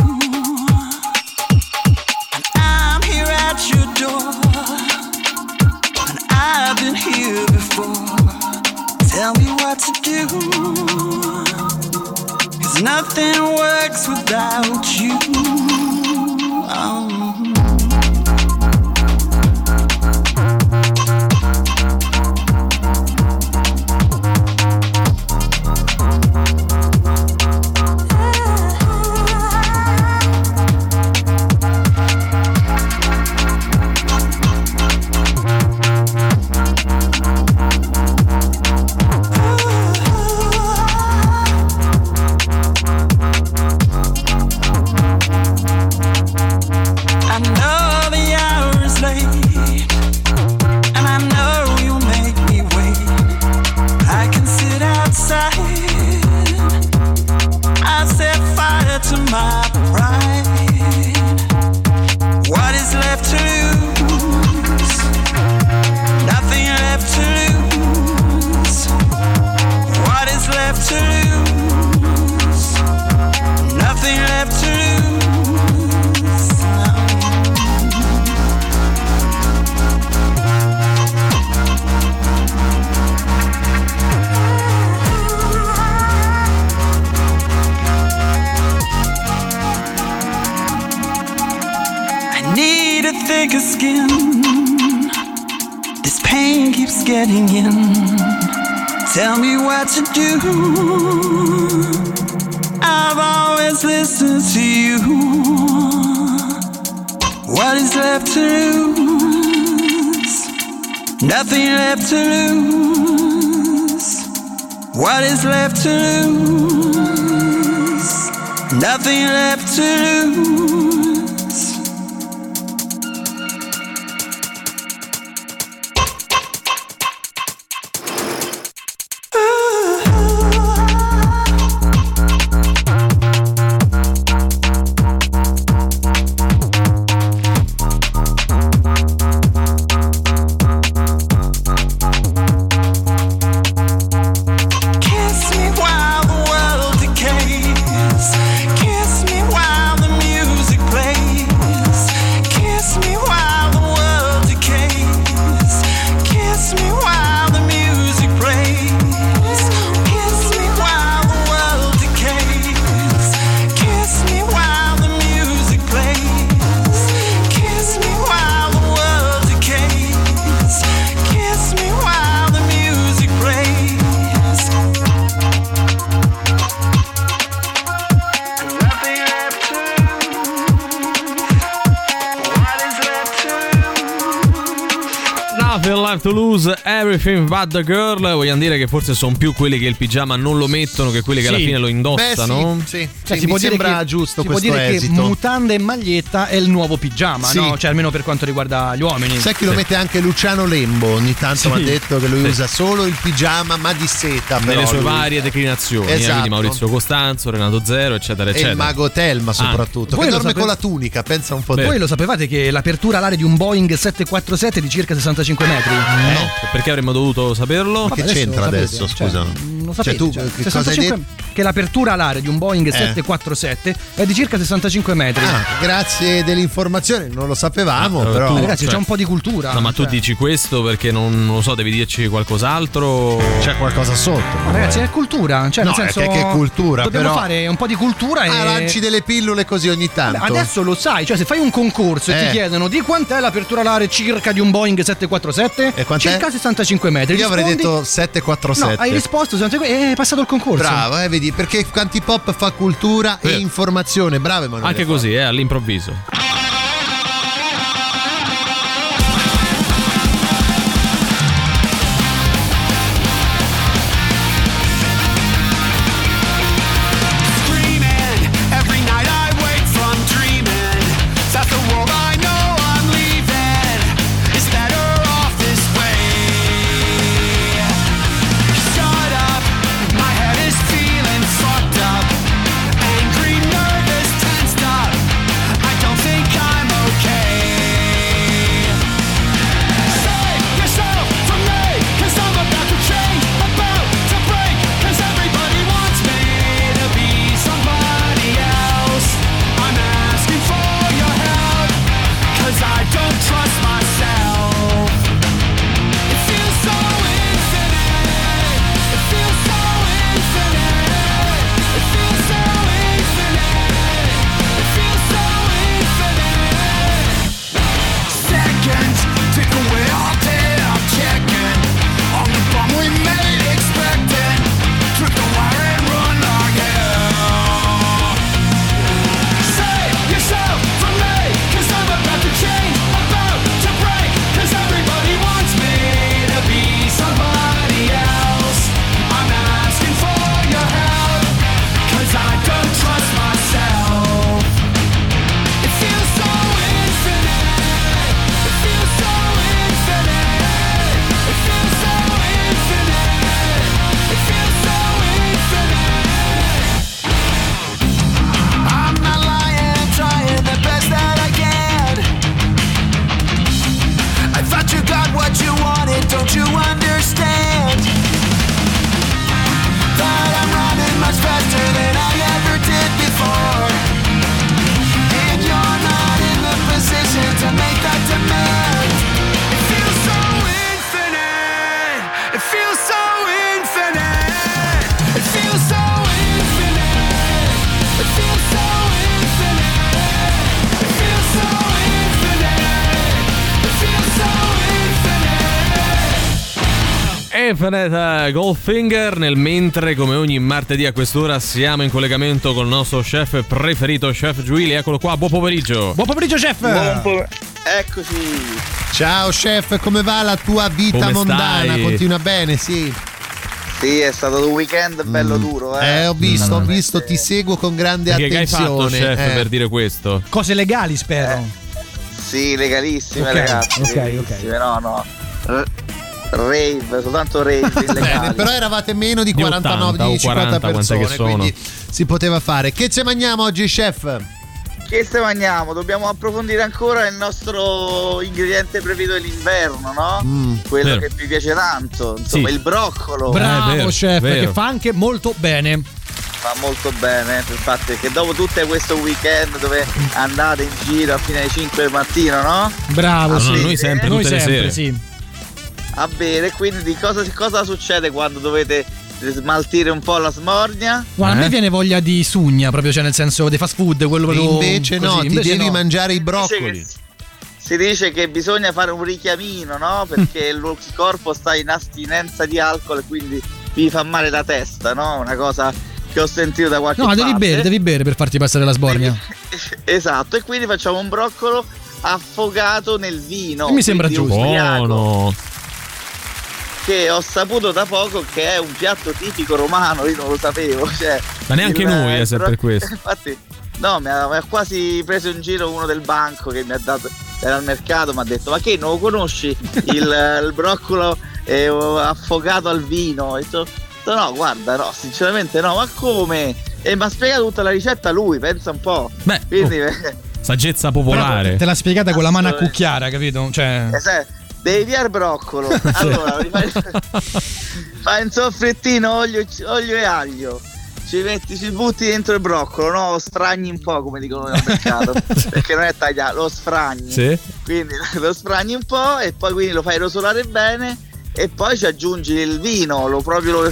And I'm here at your door, and I've been here before. Tell me what to do, 'cause nothing works without you. Thicker skin. This pain keeps getting in. Tell me what to do. I've always listened to you. What is left to lose? Nothing left to lose. What is left to lose? Nothing left to lose. To Lose, Everything But The Girl. Vogliamo dire che forse sono più quelli che il pigiama non lo mettono che quelli che alla fine lo indossano. Sì, si può dire sembra giusto si questo può dire esito. che mutanda e maglietta è il nuovo pigiama, Sì. no? Cioè almeno per quanto riguarda gli uomini. Sai chi lo mette anche Luciano Lembo? Ogni tanto mi ha detto che lui Sì. usa solo il pigiama ma di seta. Nelle però sue lui. varie declinazioni, Esatto. quindi Maurizio Costanzo, Renato Zero, eccetera, E eccetera. il mago Telma soprattutto, Voi che lo dorme sape- con la tunica, pensa un po'. Voi lo sapevate che l'apertura alare di un Boeing 747 è di circa 65 metri? No, perché avremmo dovuto saperlo? Che c'entra adesso, scusa? Non sapete, tu cioè, che cosa hai 65 detto? che l'apertura alare di un Boeing 747 è di circa 65 metri. Grazie dell'informazione, non lo sapevamo, però. Ma ragazzi, c'è un po' di cultura. No, ma tu cioè. dici questo perché non lo so, devi dirci qualcos'altro? C'è qualcosa sotto. Ma ragazzi, è cultura. Cioè, No, nel senso, che cultura, dobbiamo però. fare un po' di cultura e. Lanci delle pillole così ogni tanto. Beh, adesso lo sai, cioè se fai un concorso e ti chiedono di quant'è l'apertura alare circa di un Boeing 747, E quant'è? circa 65 metri. Io avrei Rispondi- detto 747. No, hai risposto 65 e hai passato il concorso. Bravo, vedi, perché Cantipop fa cultura e informazione. Bravo, Emanuele. Anche così, all'improvviso. Infinite Goldfinger. Nel mentre, come ogni martedì a quest'ora, siamo in collegamento con il nostro chef preferito, Chef Giuili. Eccolo qua, buon pomeriggio. Buon pomeriggio, chef. Eccoci. Ciao chef, come va la tua vita Come mondana? stai? Continua bene, sì. Sì, è stato un weekend bello duro. Ho visto, ti seguo con grande Che hai fatto, attenzione. chef, per dire questo? Cose legali, spero. Sì, legalissime, Ok, ragazzi. ok. legalissime. No. Rave, soltanto rave illegali. Però eravate meno di 49, 80 o di 50 40, quante persone, che sono. quindi si poteva fare. Che ci mangiamo oggi, chef? Che se mangiamo? Dobbiamo approfondire ancora il nostro ingrediente preferito dell'inverno, no? Quello vero. che mi piace tanto, insomma, Sì. il broccolo. Bravo, vero, chef, vero. che fa anche molto bene. Fa molto bene, infatti, che dopo tutto questo weekend dove andate in giro a fine alle 5 del mattino, no? Bravo, A sì. bere, Noi sempre, Noi tutte le sempre, sere. sì. a bere, quindi di cosa succede quando dovete smaltire un po' la smornia? Guarda, a me viene voglia di sugna, proprio, cioè nel senso dei fast food, quello E proprio invece no, così. ti Invece devi no. mangiare i broccoli. Si dice che bisogna fare un richiamino, no? Perché il corpo sta in astinenza di alcol e quindi vi fa male la testa, no? Una cosa che ho sentito da qualche No, parte. devi bere per farti passare la sbornia. Esatto, e quindi facciamo un broccolo affogato nel vino. Mi sembra quindi giusto. ubriaco, Buono. che ho saputo da poco che è un piatto tipico romano, io non lo sapevo. Cioè, Ma neanche noi, se per questo. Infatti, no, mi ha quasi preso in giro uno del banco che mi ha dato, era al mercato, mi ha detto: ma che non lo conosci il broccolo affogato al vino? Ho detto: no, guarda, no, sinceramente no, ma come? E mi ha spiegato tutta la ricetta lui, pensa un po'. Beh, quindi saggezza popolare. Però te l'ha spiegata con la mano a cucchiara, capito? Cioè... devi piare il broccolo. Allora fai un soffrittino, olio e aglio. Ci butti dentro il broccolo, no? Lo sfragni un po', come dicono nel mercato. Perché non è tagliato, lo sfragni. Sì. Quindi lo sfragni un po' e poi quindi lo fai rosolare bene. E poi ci aggiungi il vino, lo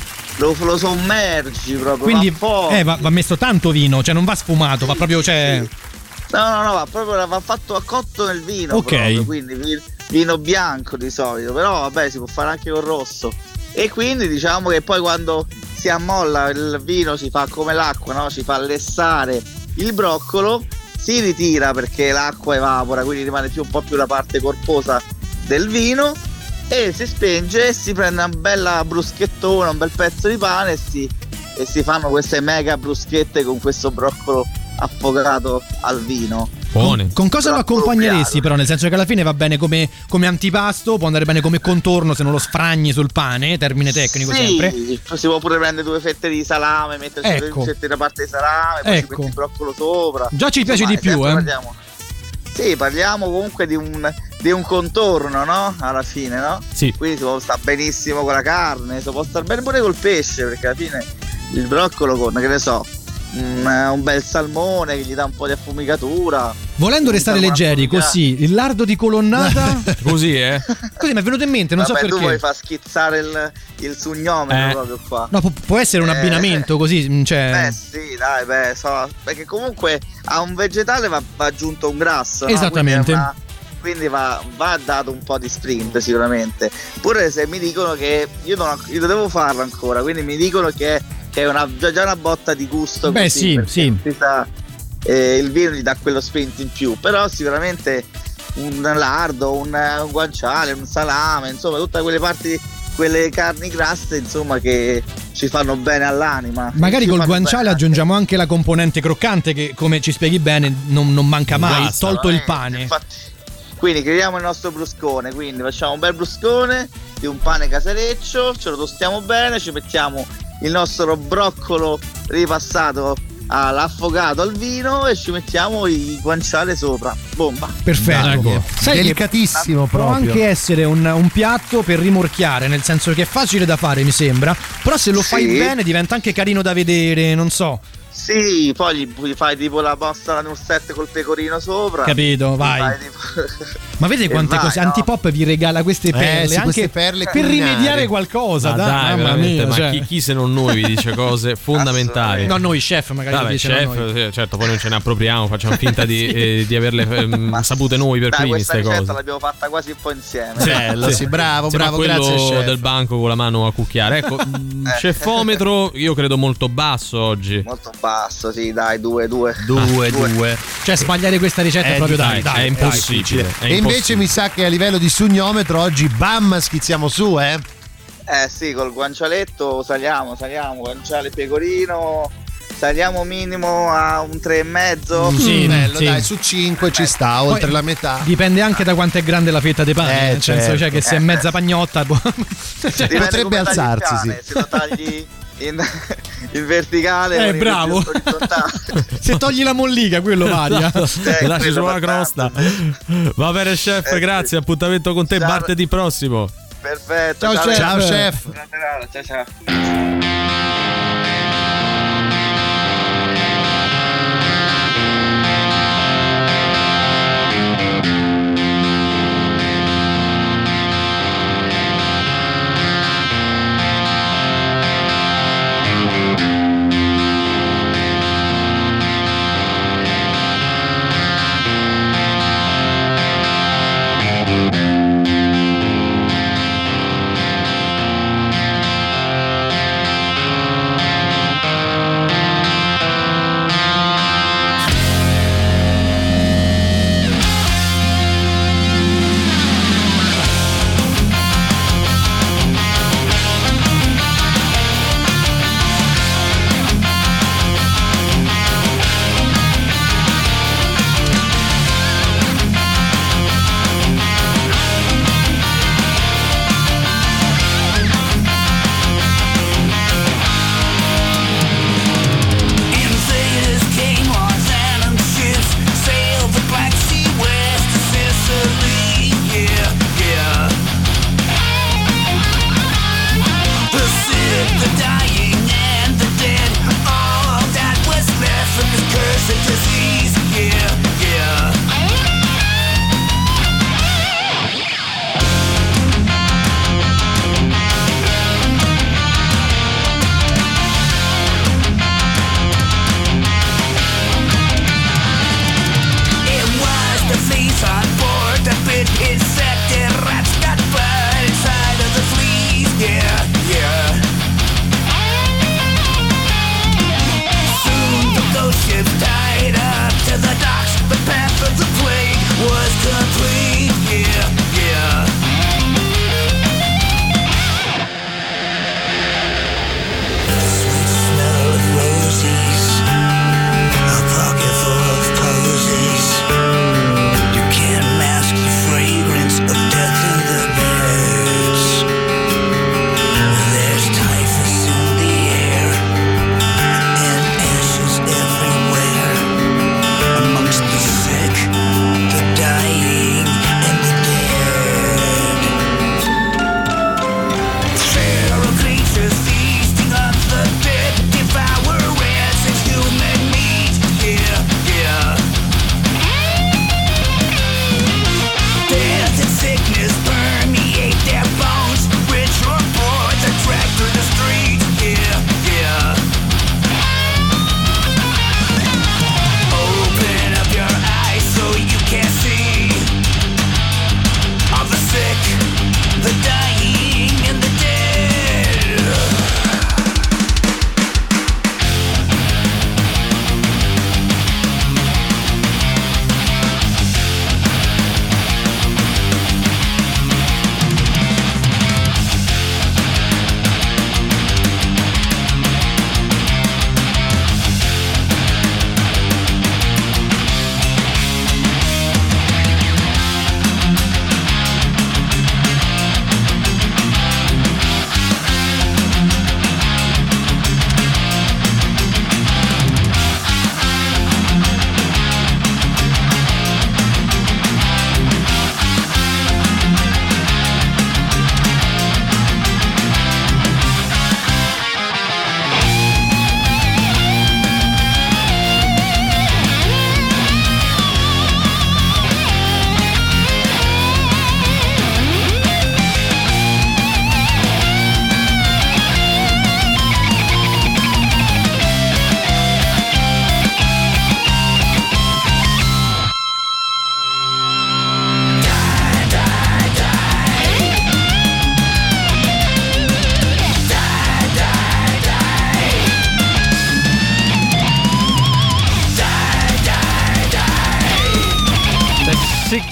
sommergi proprio. Quindi va va messo tanto vino, cioè non va sfumato, va proprio, cioè... No, va fatto a cotto nel vino. Ok. Proprio, quindi vino bianco di solito, però vabbè, si può fare anche col rosso. E quindi diciamo che poi quando si ammolla il vino si fa come l'acqua, no? Si fa lessare il broccolo, si ritira perché l'acqua evapora, quindi rimane un po' più la parte corposa del vino, e si spenge e si prende una bella bruschettona, un bel pezzo di pane e si fanno queste mega bruschette con questo broccolo affogato al vino. Con cosa lo accompagneresti però? Nel senso che alla fine va bene come antipasto, può andare bene come contorno se non lo sfragni sul pane, termine tecnico sempre. Si può pure prendere 2 fette di salame, metterci 2 fette da parte di salame, poi ci metti il broccolo sopra. Già ci piace di più, parliamo comunque di un contorno, no? Alla fine, no? Sì. Quindi si può stare benissimo con la carne, si può stare bene pure col pesce, perché alla fine il broccolo con, che ne so, un bel salmone che gli dà un po' di affumicatura. Volendo restare leggeri, così, il lardo di colonnata. Così, Così mi è venuto in mente, non so perché. Tu vuoi far schizzare il sugnometro proprio qua. No, può essere un abbinamento così, cioè. Sì, dai, perché comunque a un vegetale va aggiunto un grasso, no? Esattamente. Quindi va dato un po' di sprint sicuramente. Pure se mi dicono che io lo devo farlo ancora, quindi mi dicono che è già una botta di gusto. Beh, così, sì. Il vino gli dà quello sprint in più, però sicuramente un lardo, un guanciale, un salame, insomma tutte quelle parti, quelle carni grasse, insomma, che ci fanno bene all'anima. Magari col guanciale aggiungiamo anche la componente croccante che, come ci spieghi bene, non manca mai, tolto il pane. Infatti, quindi creiamo il nostro bruscone, quindi facciamo un bel bruscone di un pane casereccio, ce lo tostiamo bene, ci mettiamo il nostro broccolo ripassato all'affogato al vino e ci mettiamo il guanciale sopra. Bomba. Perfetto. Sai, delicatissimo può proprio. anche essere un piatto per rimorchiare, nel senso che è facile da fare, mi sembra, però se lo fai bene diventa anche carino da vedere, non so. Sì, poi gli fai tipo la pasta alla norsette col pecorino sopra. Capito, vai. Ma vedete quante cose? no? Antipop vi regala queste perle sì, anche queste perle per rimediare qualcosa. Ma dai, mamma mia, ma cioè. chi se non noi vi dice cose fondamentali? No, noi chef magari Vabbè, lo dice chef, noi. certo, poi non ce ne appropriamo, facciamo finta di averle sapute noi per primi questa queste ricetta cose. l'abbiamo fatta quasi un po' insieme. Bello, sì, bravo, Sembra bravo, quello grazie chef. del banco con la mano a cucchiare. Ecco, cefometro io credo molto basso oggi. Molto basso, sì, dai, 2. Cioè sbagliare questa ricetta è proprio dai, è impossibile. È E invece mi sa che a livello di sugnometro oggi bam schizziamo su, sì, col guancialetto saliamo, guanciale pecorino, saliamo minimo a un 3,5. Sì, bello, sì. dai, su 5 ci sta, oltre Poi la metà. Dipende anche da quanto è grande la fetta di pane, nel senso, certo. cioè che se è mezza pagnotta Dipende potrebbe come alzarsi, tagli il pane, se lo tagli in verticale con il bravo. giusto orizzontale. Se togli la mollica quello varia. Lasci solo la crosta. Va bene chef, sì. grazie, appuntamento con te Ciao. martedì prossimo. Perfetto. Ciao, chef. Ciao chef. Ciao.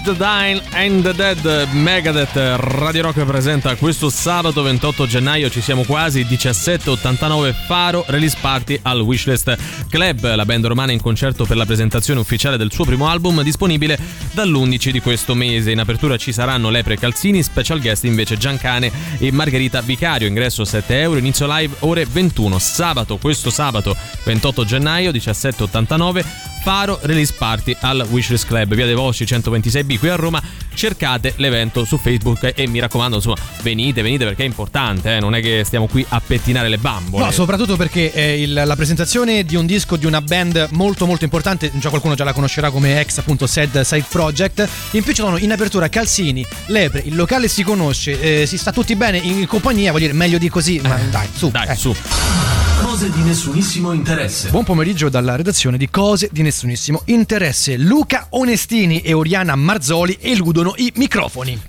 the Dying and the Dead. Megadeth. Radio Rock presenta questo sabato 28 gennaio, ci siamo quasi, 17:89, Faro Release Party al Wishlist Club. La band romana in concerto per la presentazione ufficiale del suo primo album, disponibile dall'11 di questo mese. In apertura ci saranno Lepre e Calzini, special guest invece Giancane e Margherita Vicario. Ingresso €7, inizio live ore 21. Questo sabato 28 gennaio 17:89, Faro Release Party al Wishlist Club, via dei Volsci 126B qui a Roma. Cercate l'evento su Facebook e mi raccomando, insomma, venite perché è importante, non è che stiamo qui a pettinare le bambole. No, soprattutto perché la presentazione di un disco di una band molto molto importante, già qualcuno già la conoscerà come ex appunto Sad Side Project. In più ci sono in apertura Calzini, Lepre, il locale si conosce, si sta tutti bene in compagnia, voglio dire, meglio di così, ma dai, su. Cose di nessunissimo interesse. Buon pomeriggio dalla redazione di Cose di nessunissimo interesse. Luca Onestini e Oriana Marzoli eludono i microfoni.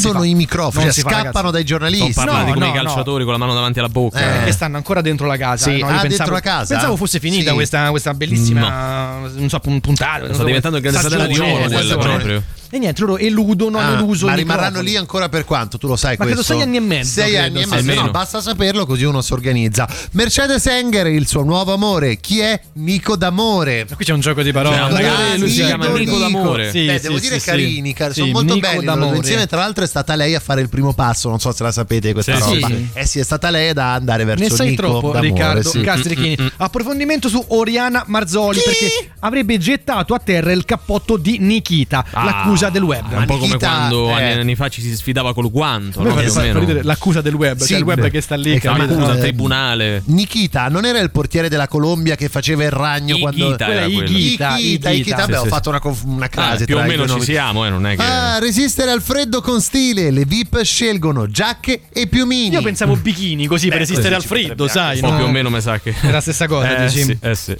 Cioè, scappano dai giornalisti. Sto parlando di come i calciatori con la mano davanti alla bocca. Che stanno ancora dentro la casa. Sì, dentro la casa. Pensavo fosse finita questa bellissima puntata. Sta diventando il grande fratello di nuovo quella proprio. E niente, loro eludono, hanno eluso. Ma rimarranno lì ancora per quanto? Tu lo sai, ma questo? credo 6 anni e mezzo. 6 anni e mezzo, no, basta saperlo, così uno si organizza. Mercedes Enger, il suo nuovo amore. Chi è? Nico D'Amore. Qui c'è un gioco di parole. Lui si chiama Nico D'Amore. Devo dire carini, sono molto Nico belli. D'Amore. Insieme, tra l'altro, è stata lei a fare il primo passo. Non so se la sapete questa roba. Sì, è stata lei ad andare verso Nico D'Amore. Ne sai troppo, Riccardo Castrichini. Approfondimento su Oriana Marzoli, perché avrebbe gettato a terra il cappotto di Nikita, l'accusa del web. Un po' come quando anni fa ci si sfidava col guanto, no? Più o meno. L'accusa del web, cioè il web che sta lì, l'accusa al tribunale. Nikita non era il portiere della Colombia che faceva il ragno Igita, Igita. Ho fatto una crasi più o meno ci siamo, non è che resistere al freddo con stile. Le VIP scelgono giacche e piumini. Io pensavo bikini così per resistere al freddo, sai, no? Più o meno mi sa che è la stessa cosa, dici? Sì.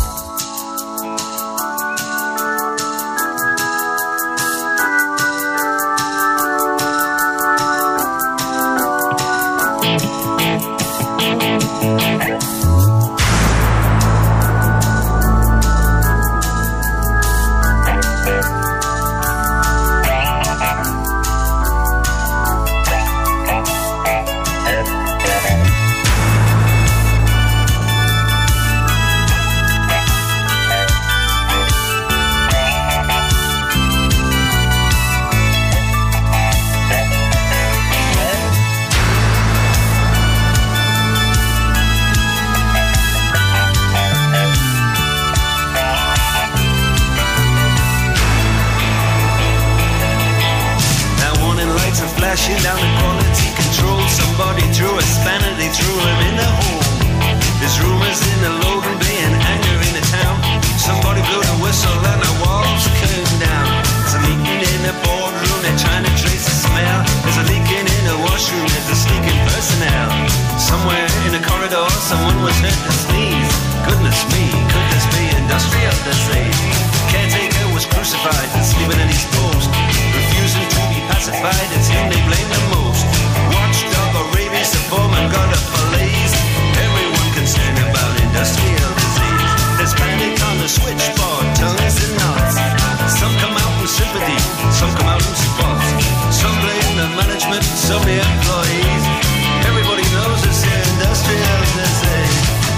Flashing down the quality control. Somebody threw a spanner, they threw him in the hole. There's rumors in the Logan Bay and anger in the town. Somebody blew the whistle and the walls came down. There's a meeting in the boardroom, they're trying to trace the smell. There's a leaking in the washroom, there's a sneaking personnel. Somewhere in the corridor, someone was heard to sneeze. Goodness me, could this be industrial disease? Caretaker was crucified and sleeping in his post, refusing to be pacified. It's him they blame the most. Watchdog or rabies, the foreman got a police. Everyone concerned about industrial disease. There's panic on the switchboard, tongues and knots. Some come out with sympathy, some come out in spots. Some blame the management, some the employees. Everybody knows it's the industrial disease.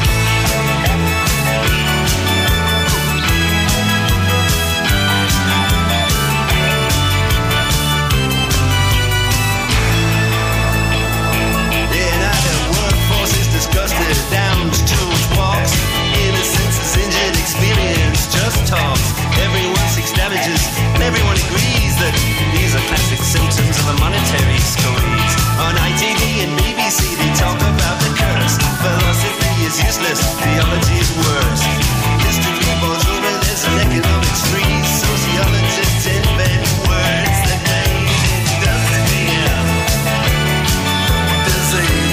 Disgusted, downs, tools, walks. Innocence is injured, experience just talks. Everyone seeks damages, and everyone agrees that these are classic symptoms of a monetary squeeze. On ITV and BBC they talk about the curse. Philosophy is useless, theology is worse. History falls over, there's an economic freeze. Sociologists invent words that name industrial disease.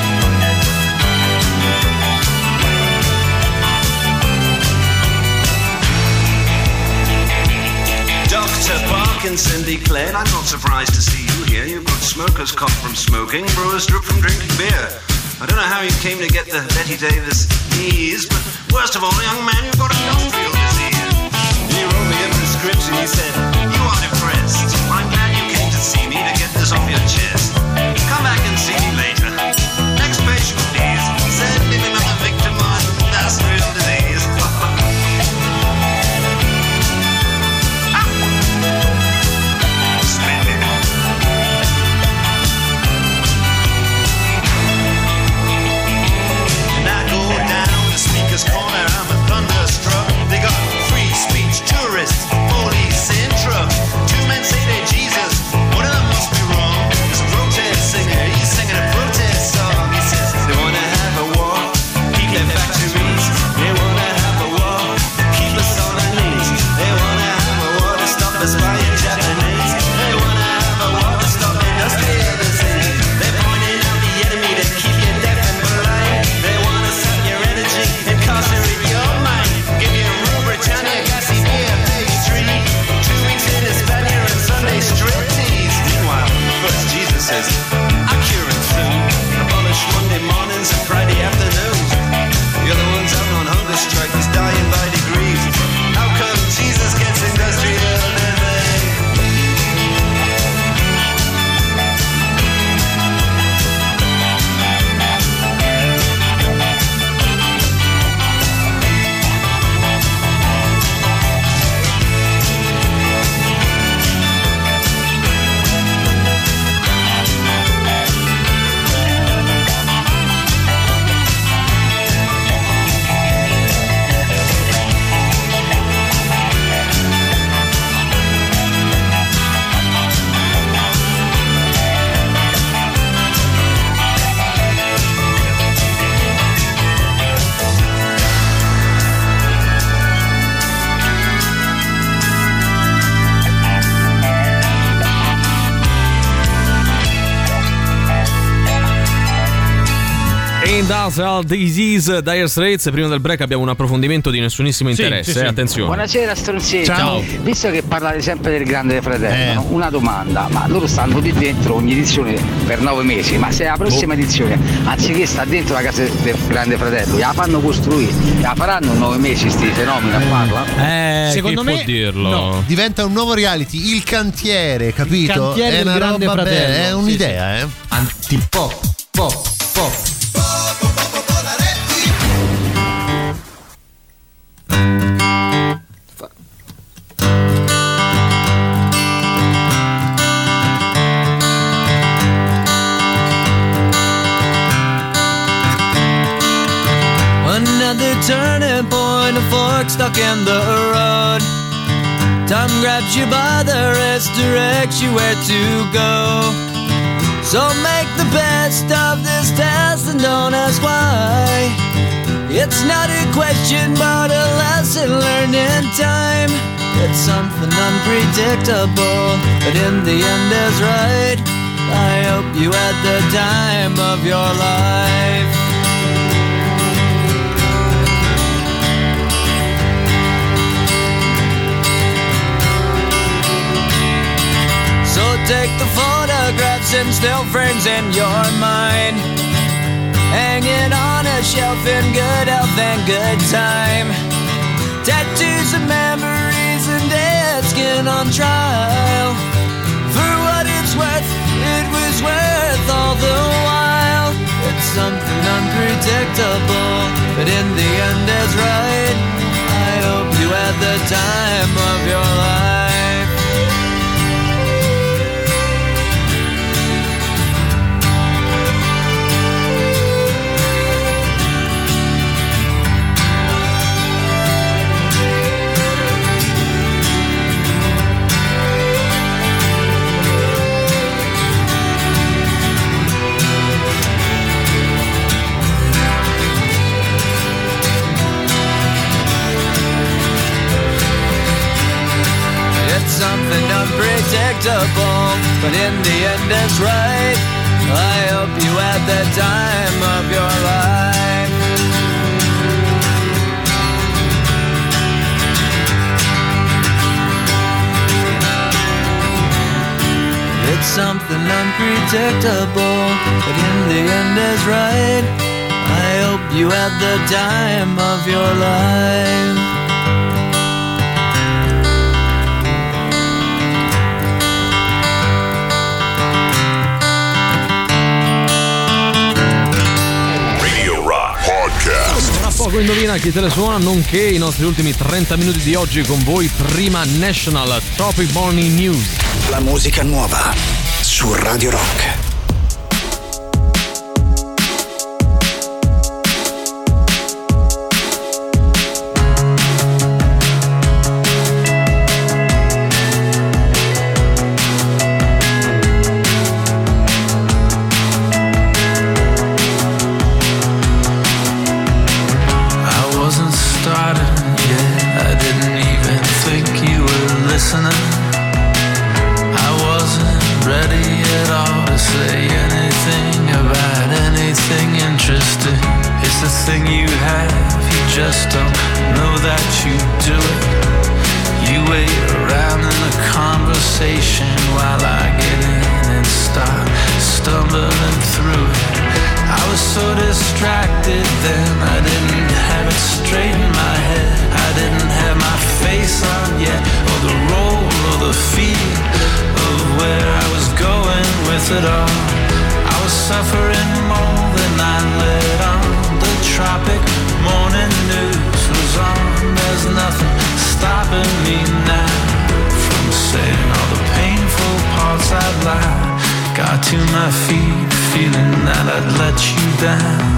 Dr. Parkinson declared, I'm not surprised to see you here. You've got smokers cough from smoking, brewers drip from drinking beer. I don't know how you came to get the Betty Davis knees, but worst of all, young man, you've got industrial disease. You wrote me a prescription prescription. He said, "You are depressed. I'm glad you came to see me to get this off your chest. Come back and see me later. Next patient, please. Send me another victim on industrial disease." Splendid. And I go down the speaker's corner, I'm thunderstruck. They got free speech, tourists, police, intro. Two men say they're Jesus, one of them must be wrong. There's a protest singer, he's singing a protest song. He says they wanna have a war, keep their factories. They wanna have a war, keep us on our knees. They wanna have a war to stop us buying Japanese. They wanna have a war to stop industrial disease. They're pointing out the enemy to keep you deaf and blind. They wanna suck your energy, incarcerate your mind. Give you Rule Britannia, gassy beer, pastry. 2 weeks in Hispania and Sunday strip tease. Meanwhile, first Jesus says, I'm curing soon. Abolish Monday mornings and Friday afternoons. The other one's out on hunger strike, he's dying by degrees. How come Jesus gets industrial living? Industrial Disease, Dire Straits. Prima del break abbiamo un approfondimento di nessunissimo interesse. Sì. Attenzione. Buonasera stronzetti. Ciao. Visto che parlate sempre del Grande Fratello, no? Una domanda: ma loro stanno lì dentro ogni edizione per 9 mesi, ma se la prossima edizione, anziché sta dentro la casa del Grande Fratello, la fanno costruire, la faranno 9 mesi sti fenomeni a farla? Secondo chi me può dirlo? no, diventa un nuovo reality, il cantiere, capito? Il cantiere è del una Grande roba Fratello. bella, è un'idea, Antipop, pop. Another turning point, a fork stuck in the road. Time grabs you by the wrist, directs you where to go. So make the best of this test and don't ask why. It's not a question but a lesson learned in time. It's something unpredictable, but in the end is right. I hope you had the time of your life. So take the photographs and still frames in your mind, hanging on a shelf in good health and good time. Tattoos of memories and dead skin on trial. For what it's worth, it was worth all the while. It's something unpredictable, but in the end is right. I hope you had the time of your life. Something unpredictable, but in the end it's right. I hope you had the time of your life. It's something unpredictable, but in the end is right. I hope you had the time of your life. Poco indovina chi te le suona, nonché i nostri ultimi 30 minuti di oggi con voi. Prima National Tropic Morning News. La musica nuova su Radio Rock. Just don't know that you do it. You wait around in the conversation while I get in and start stumbling through it. I was so distracted then, I didn't have it straight in my head. I didn't have my face on yet, or the role or the feel of where I was going with it all. I was suffering more than I let on. The tropic morning news was on. There's nothing stopping me now from saying all the painful parts I'd lied. Got to my feet feeling that I'd let you down.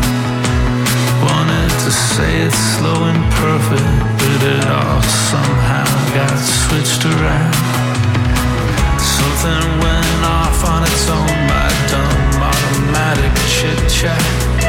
Wanted to say it slow and perfect, but it all somehow got switched around. Something went off on its own, my dumb automatic chit-chat.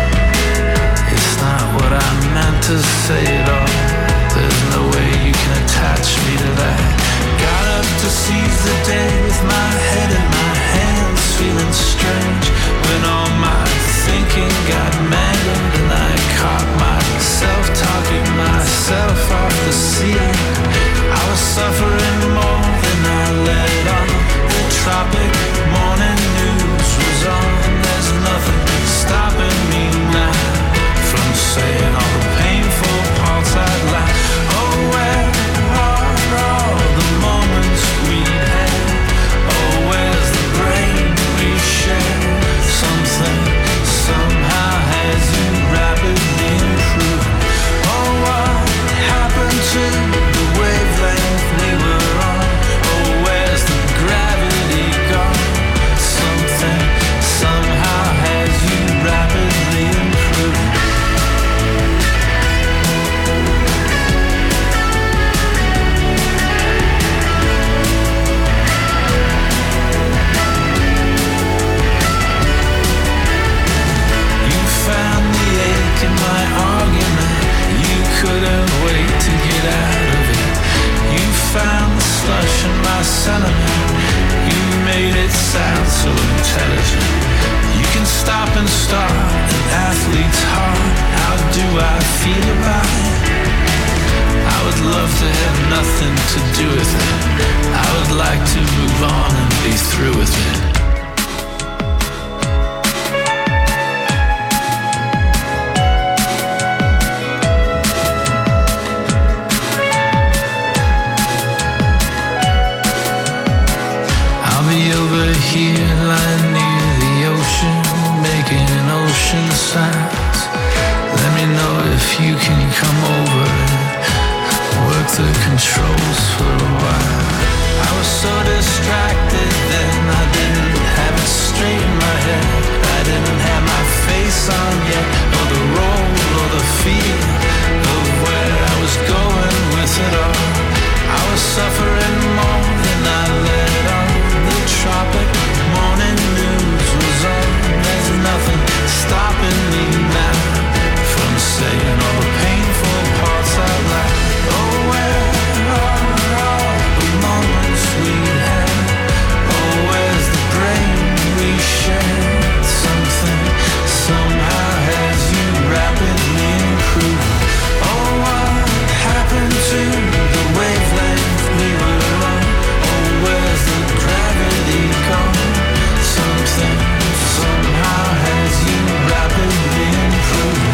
It's not what I meant to say at all. There's no way you can attach me to that. Got up to seize the day with my head in my hands, feeling strange when all my thinking got mangled and I caught myself talking myself off the ceiling. I was suffering more than I let on. The tropic morning news was on. There's nothing stopping me now from saying all the painful parts I'd like. Oh, where are all the moments we had? Oh, where's the brain we shared? Something somehow has you rapidly improved. Oh, what happened to the wavelength we were on? Oh, where's the gravity gone? Something somehow has you rapidly improved. In my argument, you couldn't wait to get out of it. You found the slush in my sentiment. You made it sound so intelligent. You can stop and start an athlete's heart. How do I feel about it? I would love to have nothing to do with it. I would like to move on and be through with it. Over here, lying near the ocean, making ocean sounds. Let me know if you can come over and work the controls for a while. I was so distracted then, I didn't have it straight in my head. I didn't have my face on yet, or the role or the feel of where I was going with it all. I was suffering more than I let on. The tropic morning news was on. There's nothing stopping me now from saying all the painful parts I like. Oh, where are all the moments we had? Oh, where's the brain we shared? Something somehow has you rapidly improved. Oh, what happened to the wavelength we were on? Oh, where's the gravity gone? Something somehow has you rapidly improved.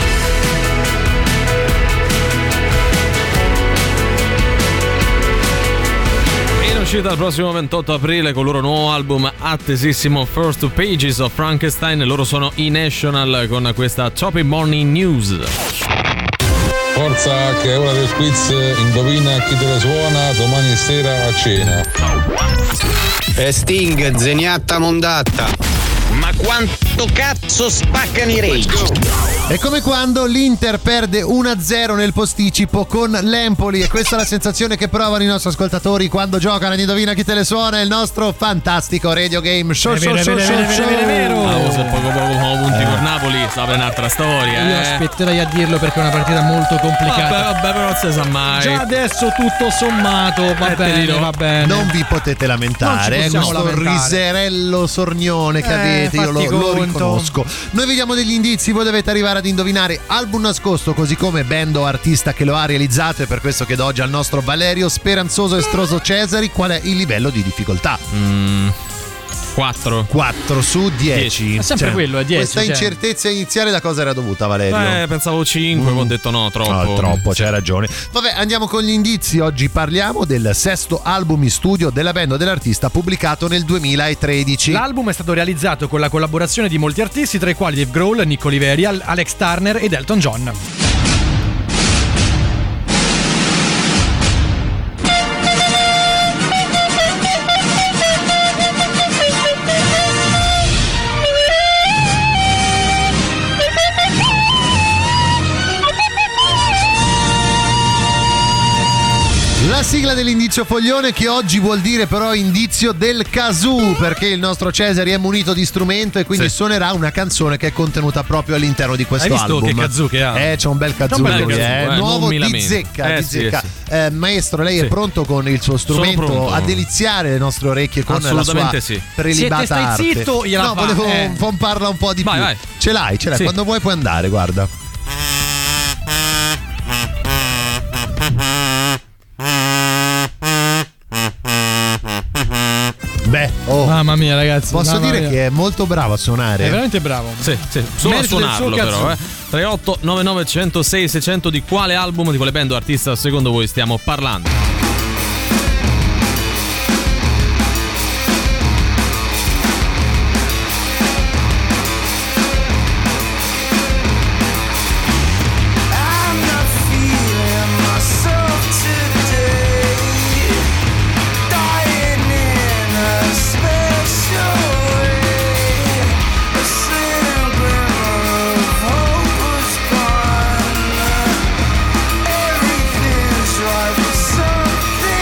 In uscita il prossimo 28 aprile con il loro nuovo album attesissimo First Two Pages of Frankenstein. Loro sono i National con questa Tropic Morning News. Forza che è ora del quiz, indovina chi te le suona domani sera a cena. Sting, Zeniatta Mondatta. Ma quanto cazzo spaccano i Rage? È come quando l'Inter perde 1-0 nel posticipo con l'Empoli, e questa è la sensazione che provano i nostri ascoltatori quando giocano ad Indovina chi te le suona, il nostro fantastico radio game show. È vero. Ma se poco punti con Napoli si apre un'altra storia. Io aspetterei a dirlo perché è una partita molto complicata. Vabbè, però non si sa mai. Già adesso tutto sommato va bene. Non vi potete lamentare, questo riserello sornione che avete, io lo riconosco. Noi vediamo degli indizi, voi dovete arrivare ad indovinare album nascosto, così come band o artista che lo ha realizzato, e per questo chiedo oggi al nostro Valerio Speranzoso Estroso Cesari qual è il livello di difficoltà. 4 su 10. È sempre quello, è 10. Questa incertezza iniziale da cosa era dovuta, Valerio? Pensavo 5, ho detto no, troppo. No, troppo, c'hai ragione. Vabbè, andiamo con gli indizi. Oggi parliamo del sesto album in studio della band o dell'artista pubblicato nel 2013. L'album è stato realizzato con la collaborazione di molti artisti, tra i quali Dave Grohl, Nick Oliveri, Alex Turner ed Elton John. La sigla dell'indizio foglione, che oggi vuol dire però indizio del kazoo, perché il nostro Cesari è munito di strumento e quindi suonerà una canzone che è contenuta proprio all'interno di questo album. Hai visto che kazoo che ha? C'è un bel kazoo, nuovo di zecca. Maestro, lei è pronto con il suo strumento a deliziare le nostre orecchie con la sua prelibata arte? Zitto, no, volevo pomparla un po' di più. Vai. Ce l'hai, quando vuoi puoi andare, guarda. Mamma mia, ragazzi, posso dire che è molto bravo a suonare. È veramente bravo. Sì, solo a suonarlo però. 38 99 106 600, di quale album, di quale band o artista secondo voi stiamo parlando? Something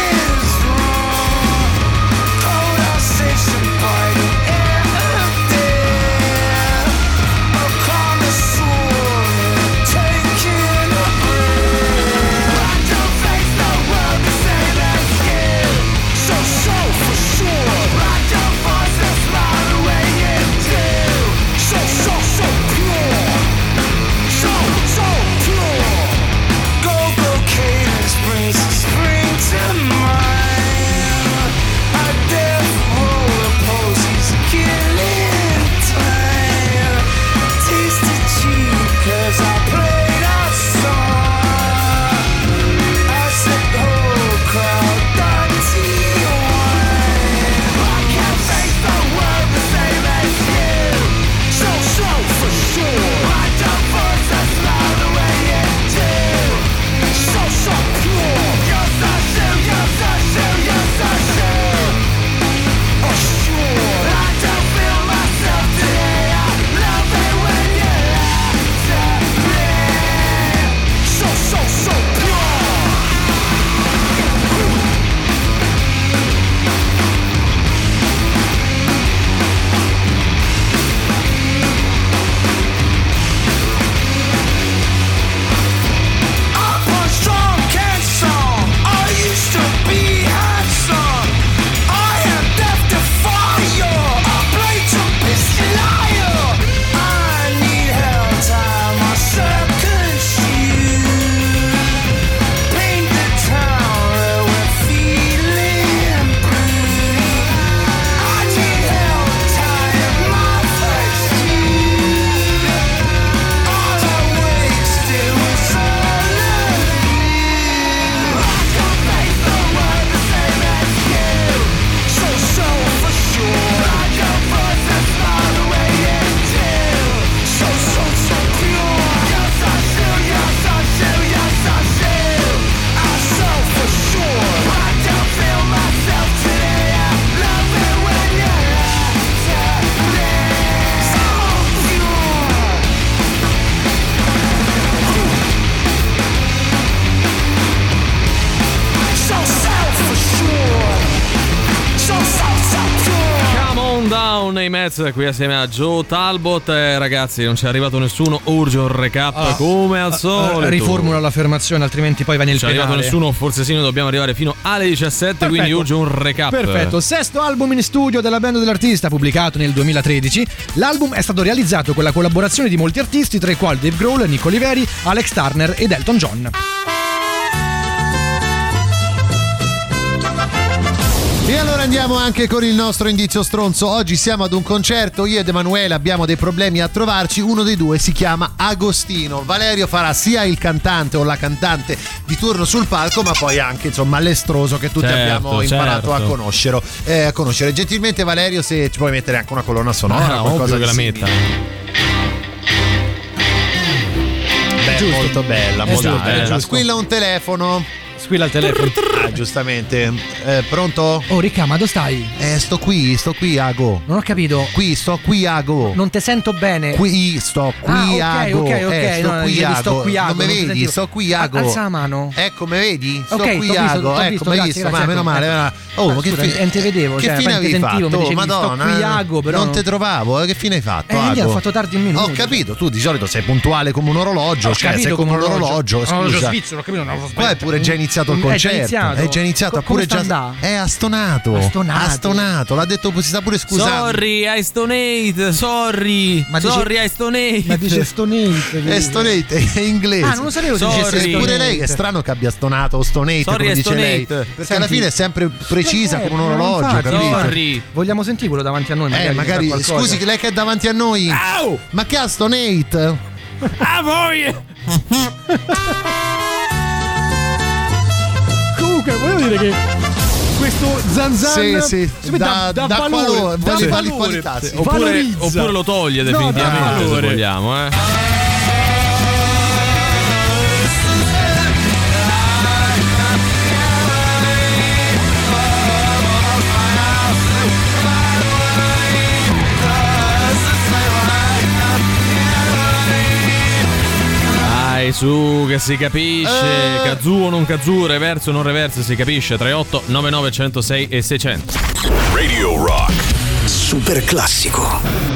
May Metz qui assieme a Joe Talbot. Ragazzi, non c'è arrivato nessuno, urge un recap come al solito. Riformula l'affermazione, altrimenti poi va nel penale. Non c'è arrivato nessuno, forse sì, noi dobbiamo arrivare fino alle 17. Perfetto. Quindi urge un recap. Perfetto, sesto album in studio della band dell'artista, pubblicato nel 2013. L'album è stato realizzato con la collaborazione di molti artisti, tra i quali Dave Grohl, Nick Oliveri, Alex Turner ed Elton John. E allora andiamo anche con il nostro indizio stronzo. Oggi siamo ad un concerto, io ed Emanuele abbiamo dei problemi a trovarci. Uno dei due si chiama Agostino. Valerio farà sia il cantante o la cantante di turno sul palco, ma poi anche insomma l'estroso che tutti abbiamo imparato a conoscere. Gentilmente Valerio, se ci puoi mettere anche una colonna sonora, qualcosa che la simile. metta. Beh, molto bella, molto bella. Squilla un telefono. Squilla il telefono. Giustamente. Pronto? Oh Ricca, ma dove stai? Sto qui, Ago. Non ho capito. Sto qui, Ago. Non te sento bene. Sto qui, Ago. Sto qui, Ago. Non mi vedi? Sto qui, Ago. Alza la mano. Ecco, mi vedi? Sto qui, Ago. Ecco, mi hai visto? Ma meno male. Oh, che non te vedevo. Che fine avevi fatto? Oh, Madonna. Sto qui, Ago, però. Non te trovavo. Che fine hai fatto, Ago? Io ho fatto tardi un minuto. Ho capito, tu di solito sei puntuale come un orologio. Cioè, sei come un orologio. Scusa. Svizzero, ho capito. Poi è pure già iniziato il concerto. È già iniziato, pure già. È astonato. L'ha detto, si sta pure scusando. Sorry, I stonate. Sorry, I stonate. Ma dice stonate. È stonate, è inglese. Ah, non lo sapevo. Pure lei che è strano che abbia stonato o stonate, sorry, come dice stonate. lei. Perché alla fine è sempre precisa come un orologio, capito? Sorry. Vogliamo sentir quello davanti a noi? Magari scusi, lei che è davanti a noi. Au! Ma che ha stonate? A voi! Comunque, volevo dire che questo Zanzan dà valore, qualità, sì. Oppure lo toglie definitivamente, se vogliamo, Su, che si capisce. Kazoo o non kazoo, reverso o non reverso, si capisce. 38 99 106 e 600. Radio Rock super classico.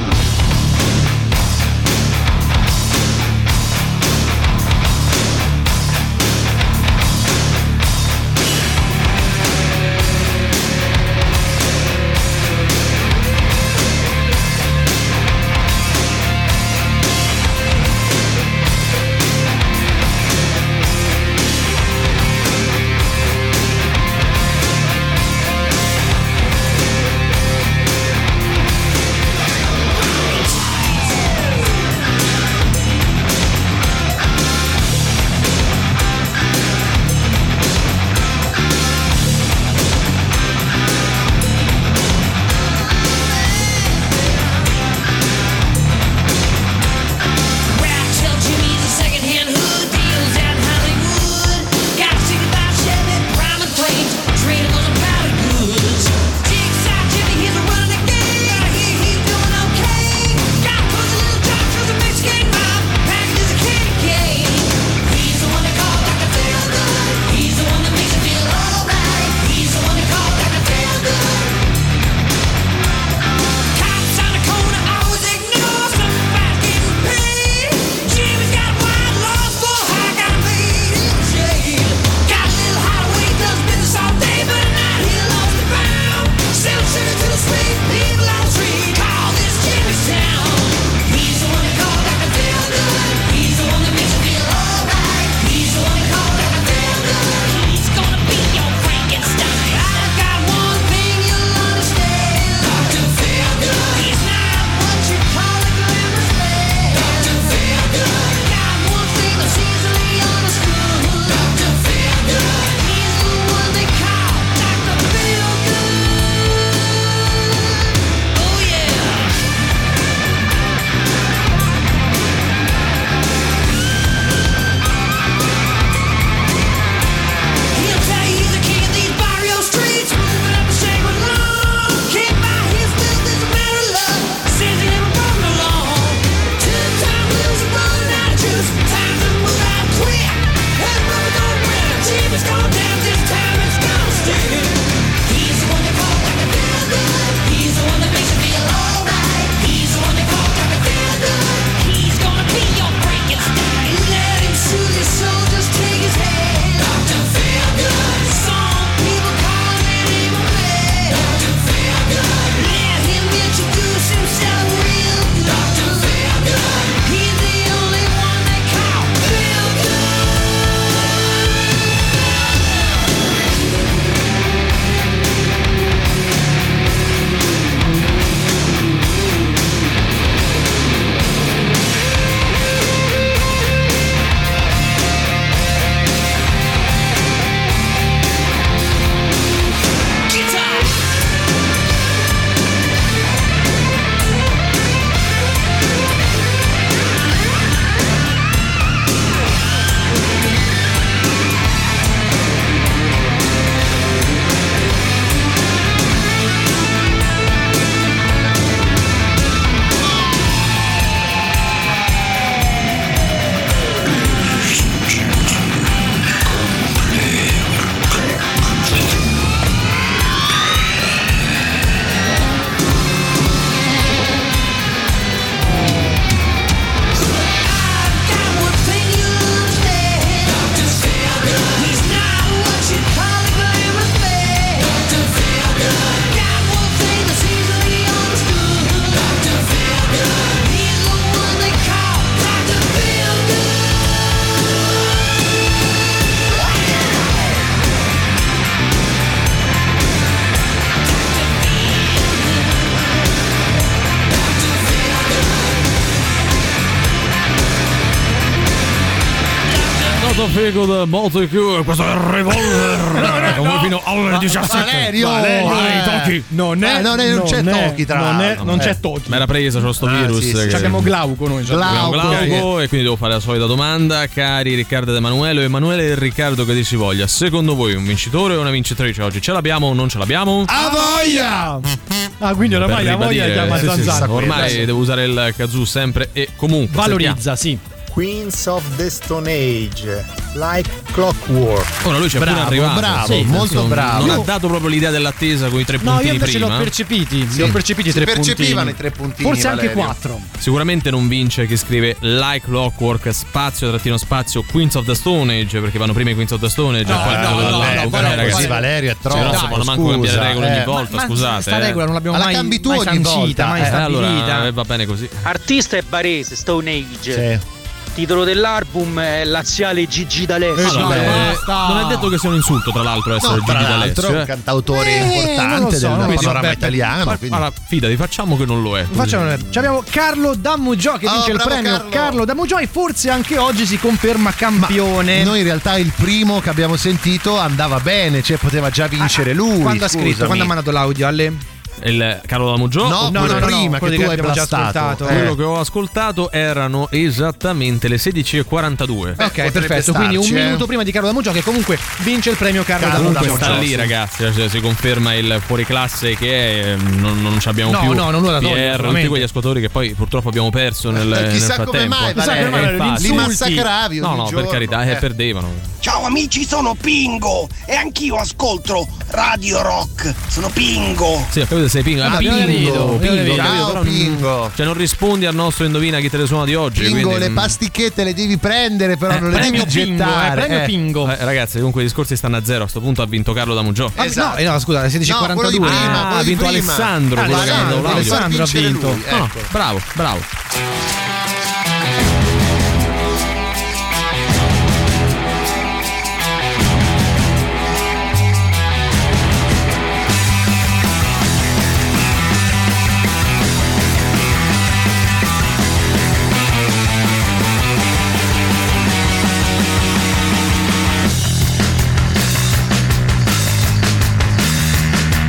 figo molto più. Questo è il revolver. Come fino alle 17. Valerio, vai, Toki. Non c'è Toki, tra l'altro. Non c'è Toki. Ma era presa, c'ho sto virus. sì, che- Ci abbiamo Glauco noi. Abbiamo Glauco e quindi devo fare la solita domanda. Cari Riccardo ed Emanuele e Riccardo che dir si voglia, secondo voi un vincitore o una vincitrice oggi? Ce l'abbiamo o non ce l'abbiamo? A voglia! Ah, quindi oramai la voglia chiama Zanzara. Ormai devo usare il kazoo sempre e comunque. Valorizza, sì. Queens of the Stone Age, Like Clockwork. Ora lui c'è pure arrivato. Bravo, Sì, molto non- bravo. Non ha dato proprio l'idea dell'attesa con i 3 No, puntini io invece li prima. ho percepiti. Sì. Li ho percepiti Si 3 puntini. percepivano i 3 puntini, Forse anche Valerio. 4. Sicuramente non vince chi scrive Like Clockwork spazio Queens of the Stone Age, perché vanno prima i Queens of the Stone Age e poi però ragazzi. così Valerio è troppo. Non si può manco cambiare regole ogni volta, Ma scusate. sta regola non l'abbiamo Ma la mai, cambi tu mai ogni sancita, volta, mai stabilita. Allora va bene così. Artista è barese, Stone Age. Sì. Titolo dell'album è Laziale Gigi D'Alessio. Non è detto che sia un insulto, tra l'altro, essere Tra Gigi l'altro è D'Alessio. un cantautore non lo importante so, del quindi panorama vabbè, italiano. quindi- Allora, fidati, facciamo che non lo è. Ci abbiamo Carlo Damugio che vince il bravo premio. Carlo. Damugio e forse anche oggi si conferma campione. Noi in realtà il primo che abbiamo sentito andava bene, cioè poteva già vincere lui. Quando ha scritto, scusami. quando ha mandato l'audio alle Il Carlo Damugio? No, no, quello no, prima quello che tu che hai abbiamo già blastato. ascoltato. Quello che ho ascoltato erano esattamente le 16:42. Ok, perfetto. Quindi un minuto prima di Carlo Damugio che comunque vince il premio Carlo Comunque Damugio. sta lì, ragazzi. Cioè, si conferma il fuoriclasse che è, non ci abbiamo No, più. no, non nulla da togliere, PR, tutti ovviamente. quegli ascoltatori che poi purtroppo abbiamo perso nel Chissà frattempo. come mai, Chissà come mai, infatti. li massacravi No, ogni no, giorno. per carità, perdevano. Ciao amici, sono Pingo e anch'io ascolto Radio Rock. Sono Pingo. Sì, ho capito, sei Pingo. Pingo, Ciao, capito, però Pingo. Cioè non rispondi al nostro indovina chi te le suona di oggi. Pingo, quindi, le pasticchette le devi prendere, però non le devi Premio Pingo, gettare. premio Pingo. ragazzi, comunque i discorsi stanno a zero. A sto punto ha vinto Carlo Damugio. Esatto. No, scusa, alle 16:42. No, quello di prima, quello ha di vinto prima. Alessandro, quello che ha mandato l'audio. Alessandro ha vinto. Lui, ecco. Bravo.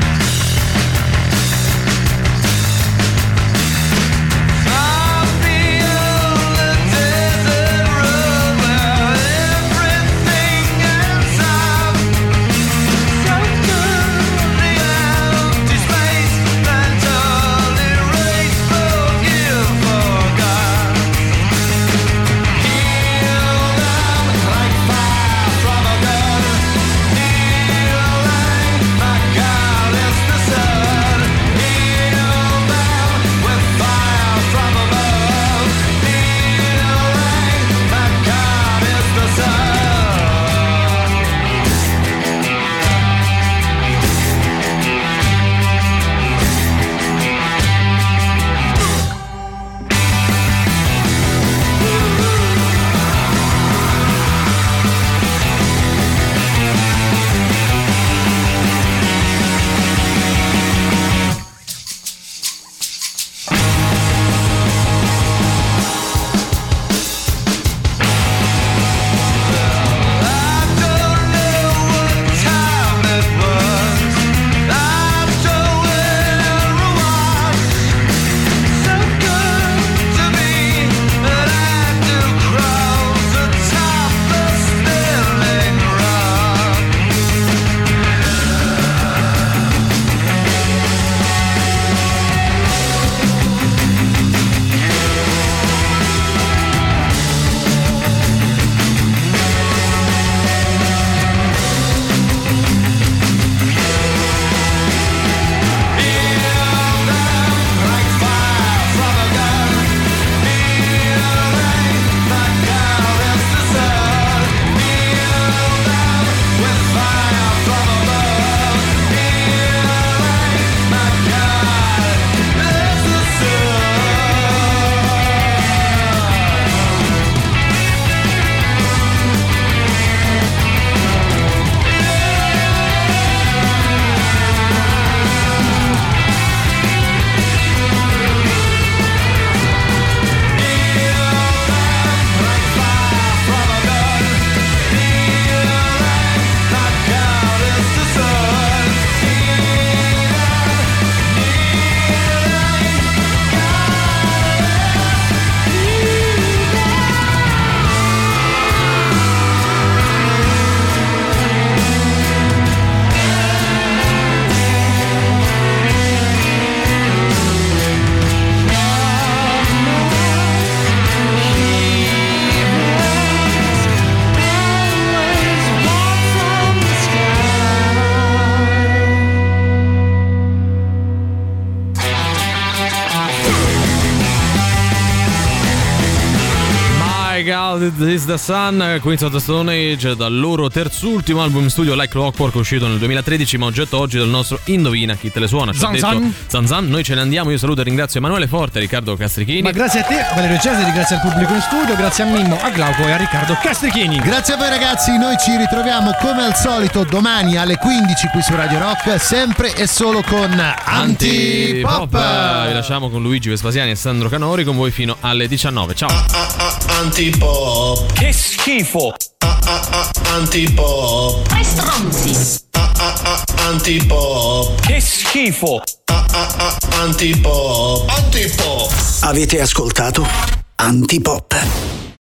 I'll be is the Sun, Queens of the Stone Age, dal loro terzultimo album in studio Like Clockwork, uscito nel 2013, ma oggetto oggi del nostro Indovina chi te le suona. Ci ha detto Zanzan. Noi ce ne andiamo, io saluto e ringrazio Emanuele Forte e Riccardo Castrichini. Ma grazie a te Valerio Cesari, grazie al pubblico in studio, grazie a Mimmo, a Glauco e a Riccardo Castrichini. Grazie a voi ragazzi, noi ci ritroviamo come al solito domani alle 15 qui su Radio Rock, sempre e solo con Antipop. Vi lasciamo con Luigi Vespasiani e Sandro Canori, con voi fino alle 19. Ciao. Antipop. Che schifo! Antipop. Che stronzi! Antipop. Che schifo! Antipop. Antipop. Avete ascoltato Antipop.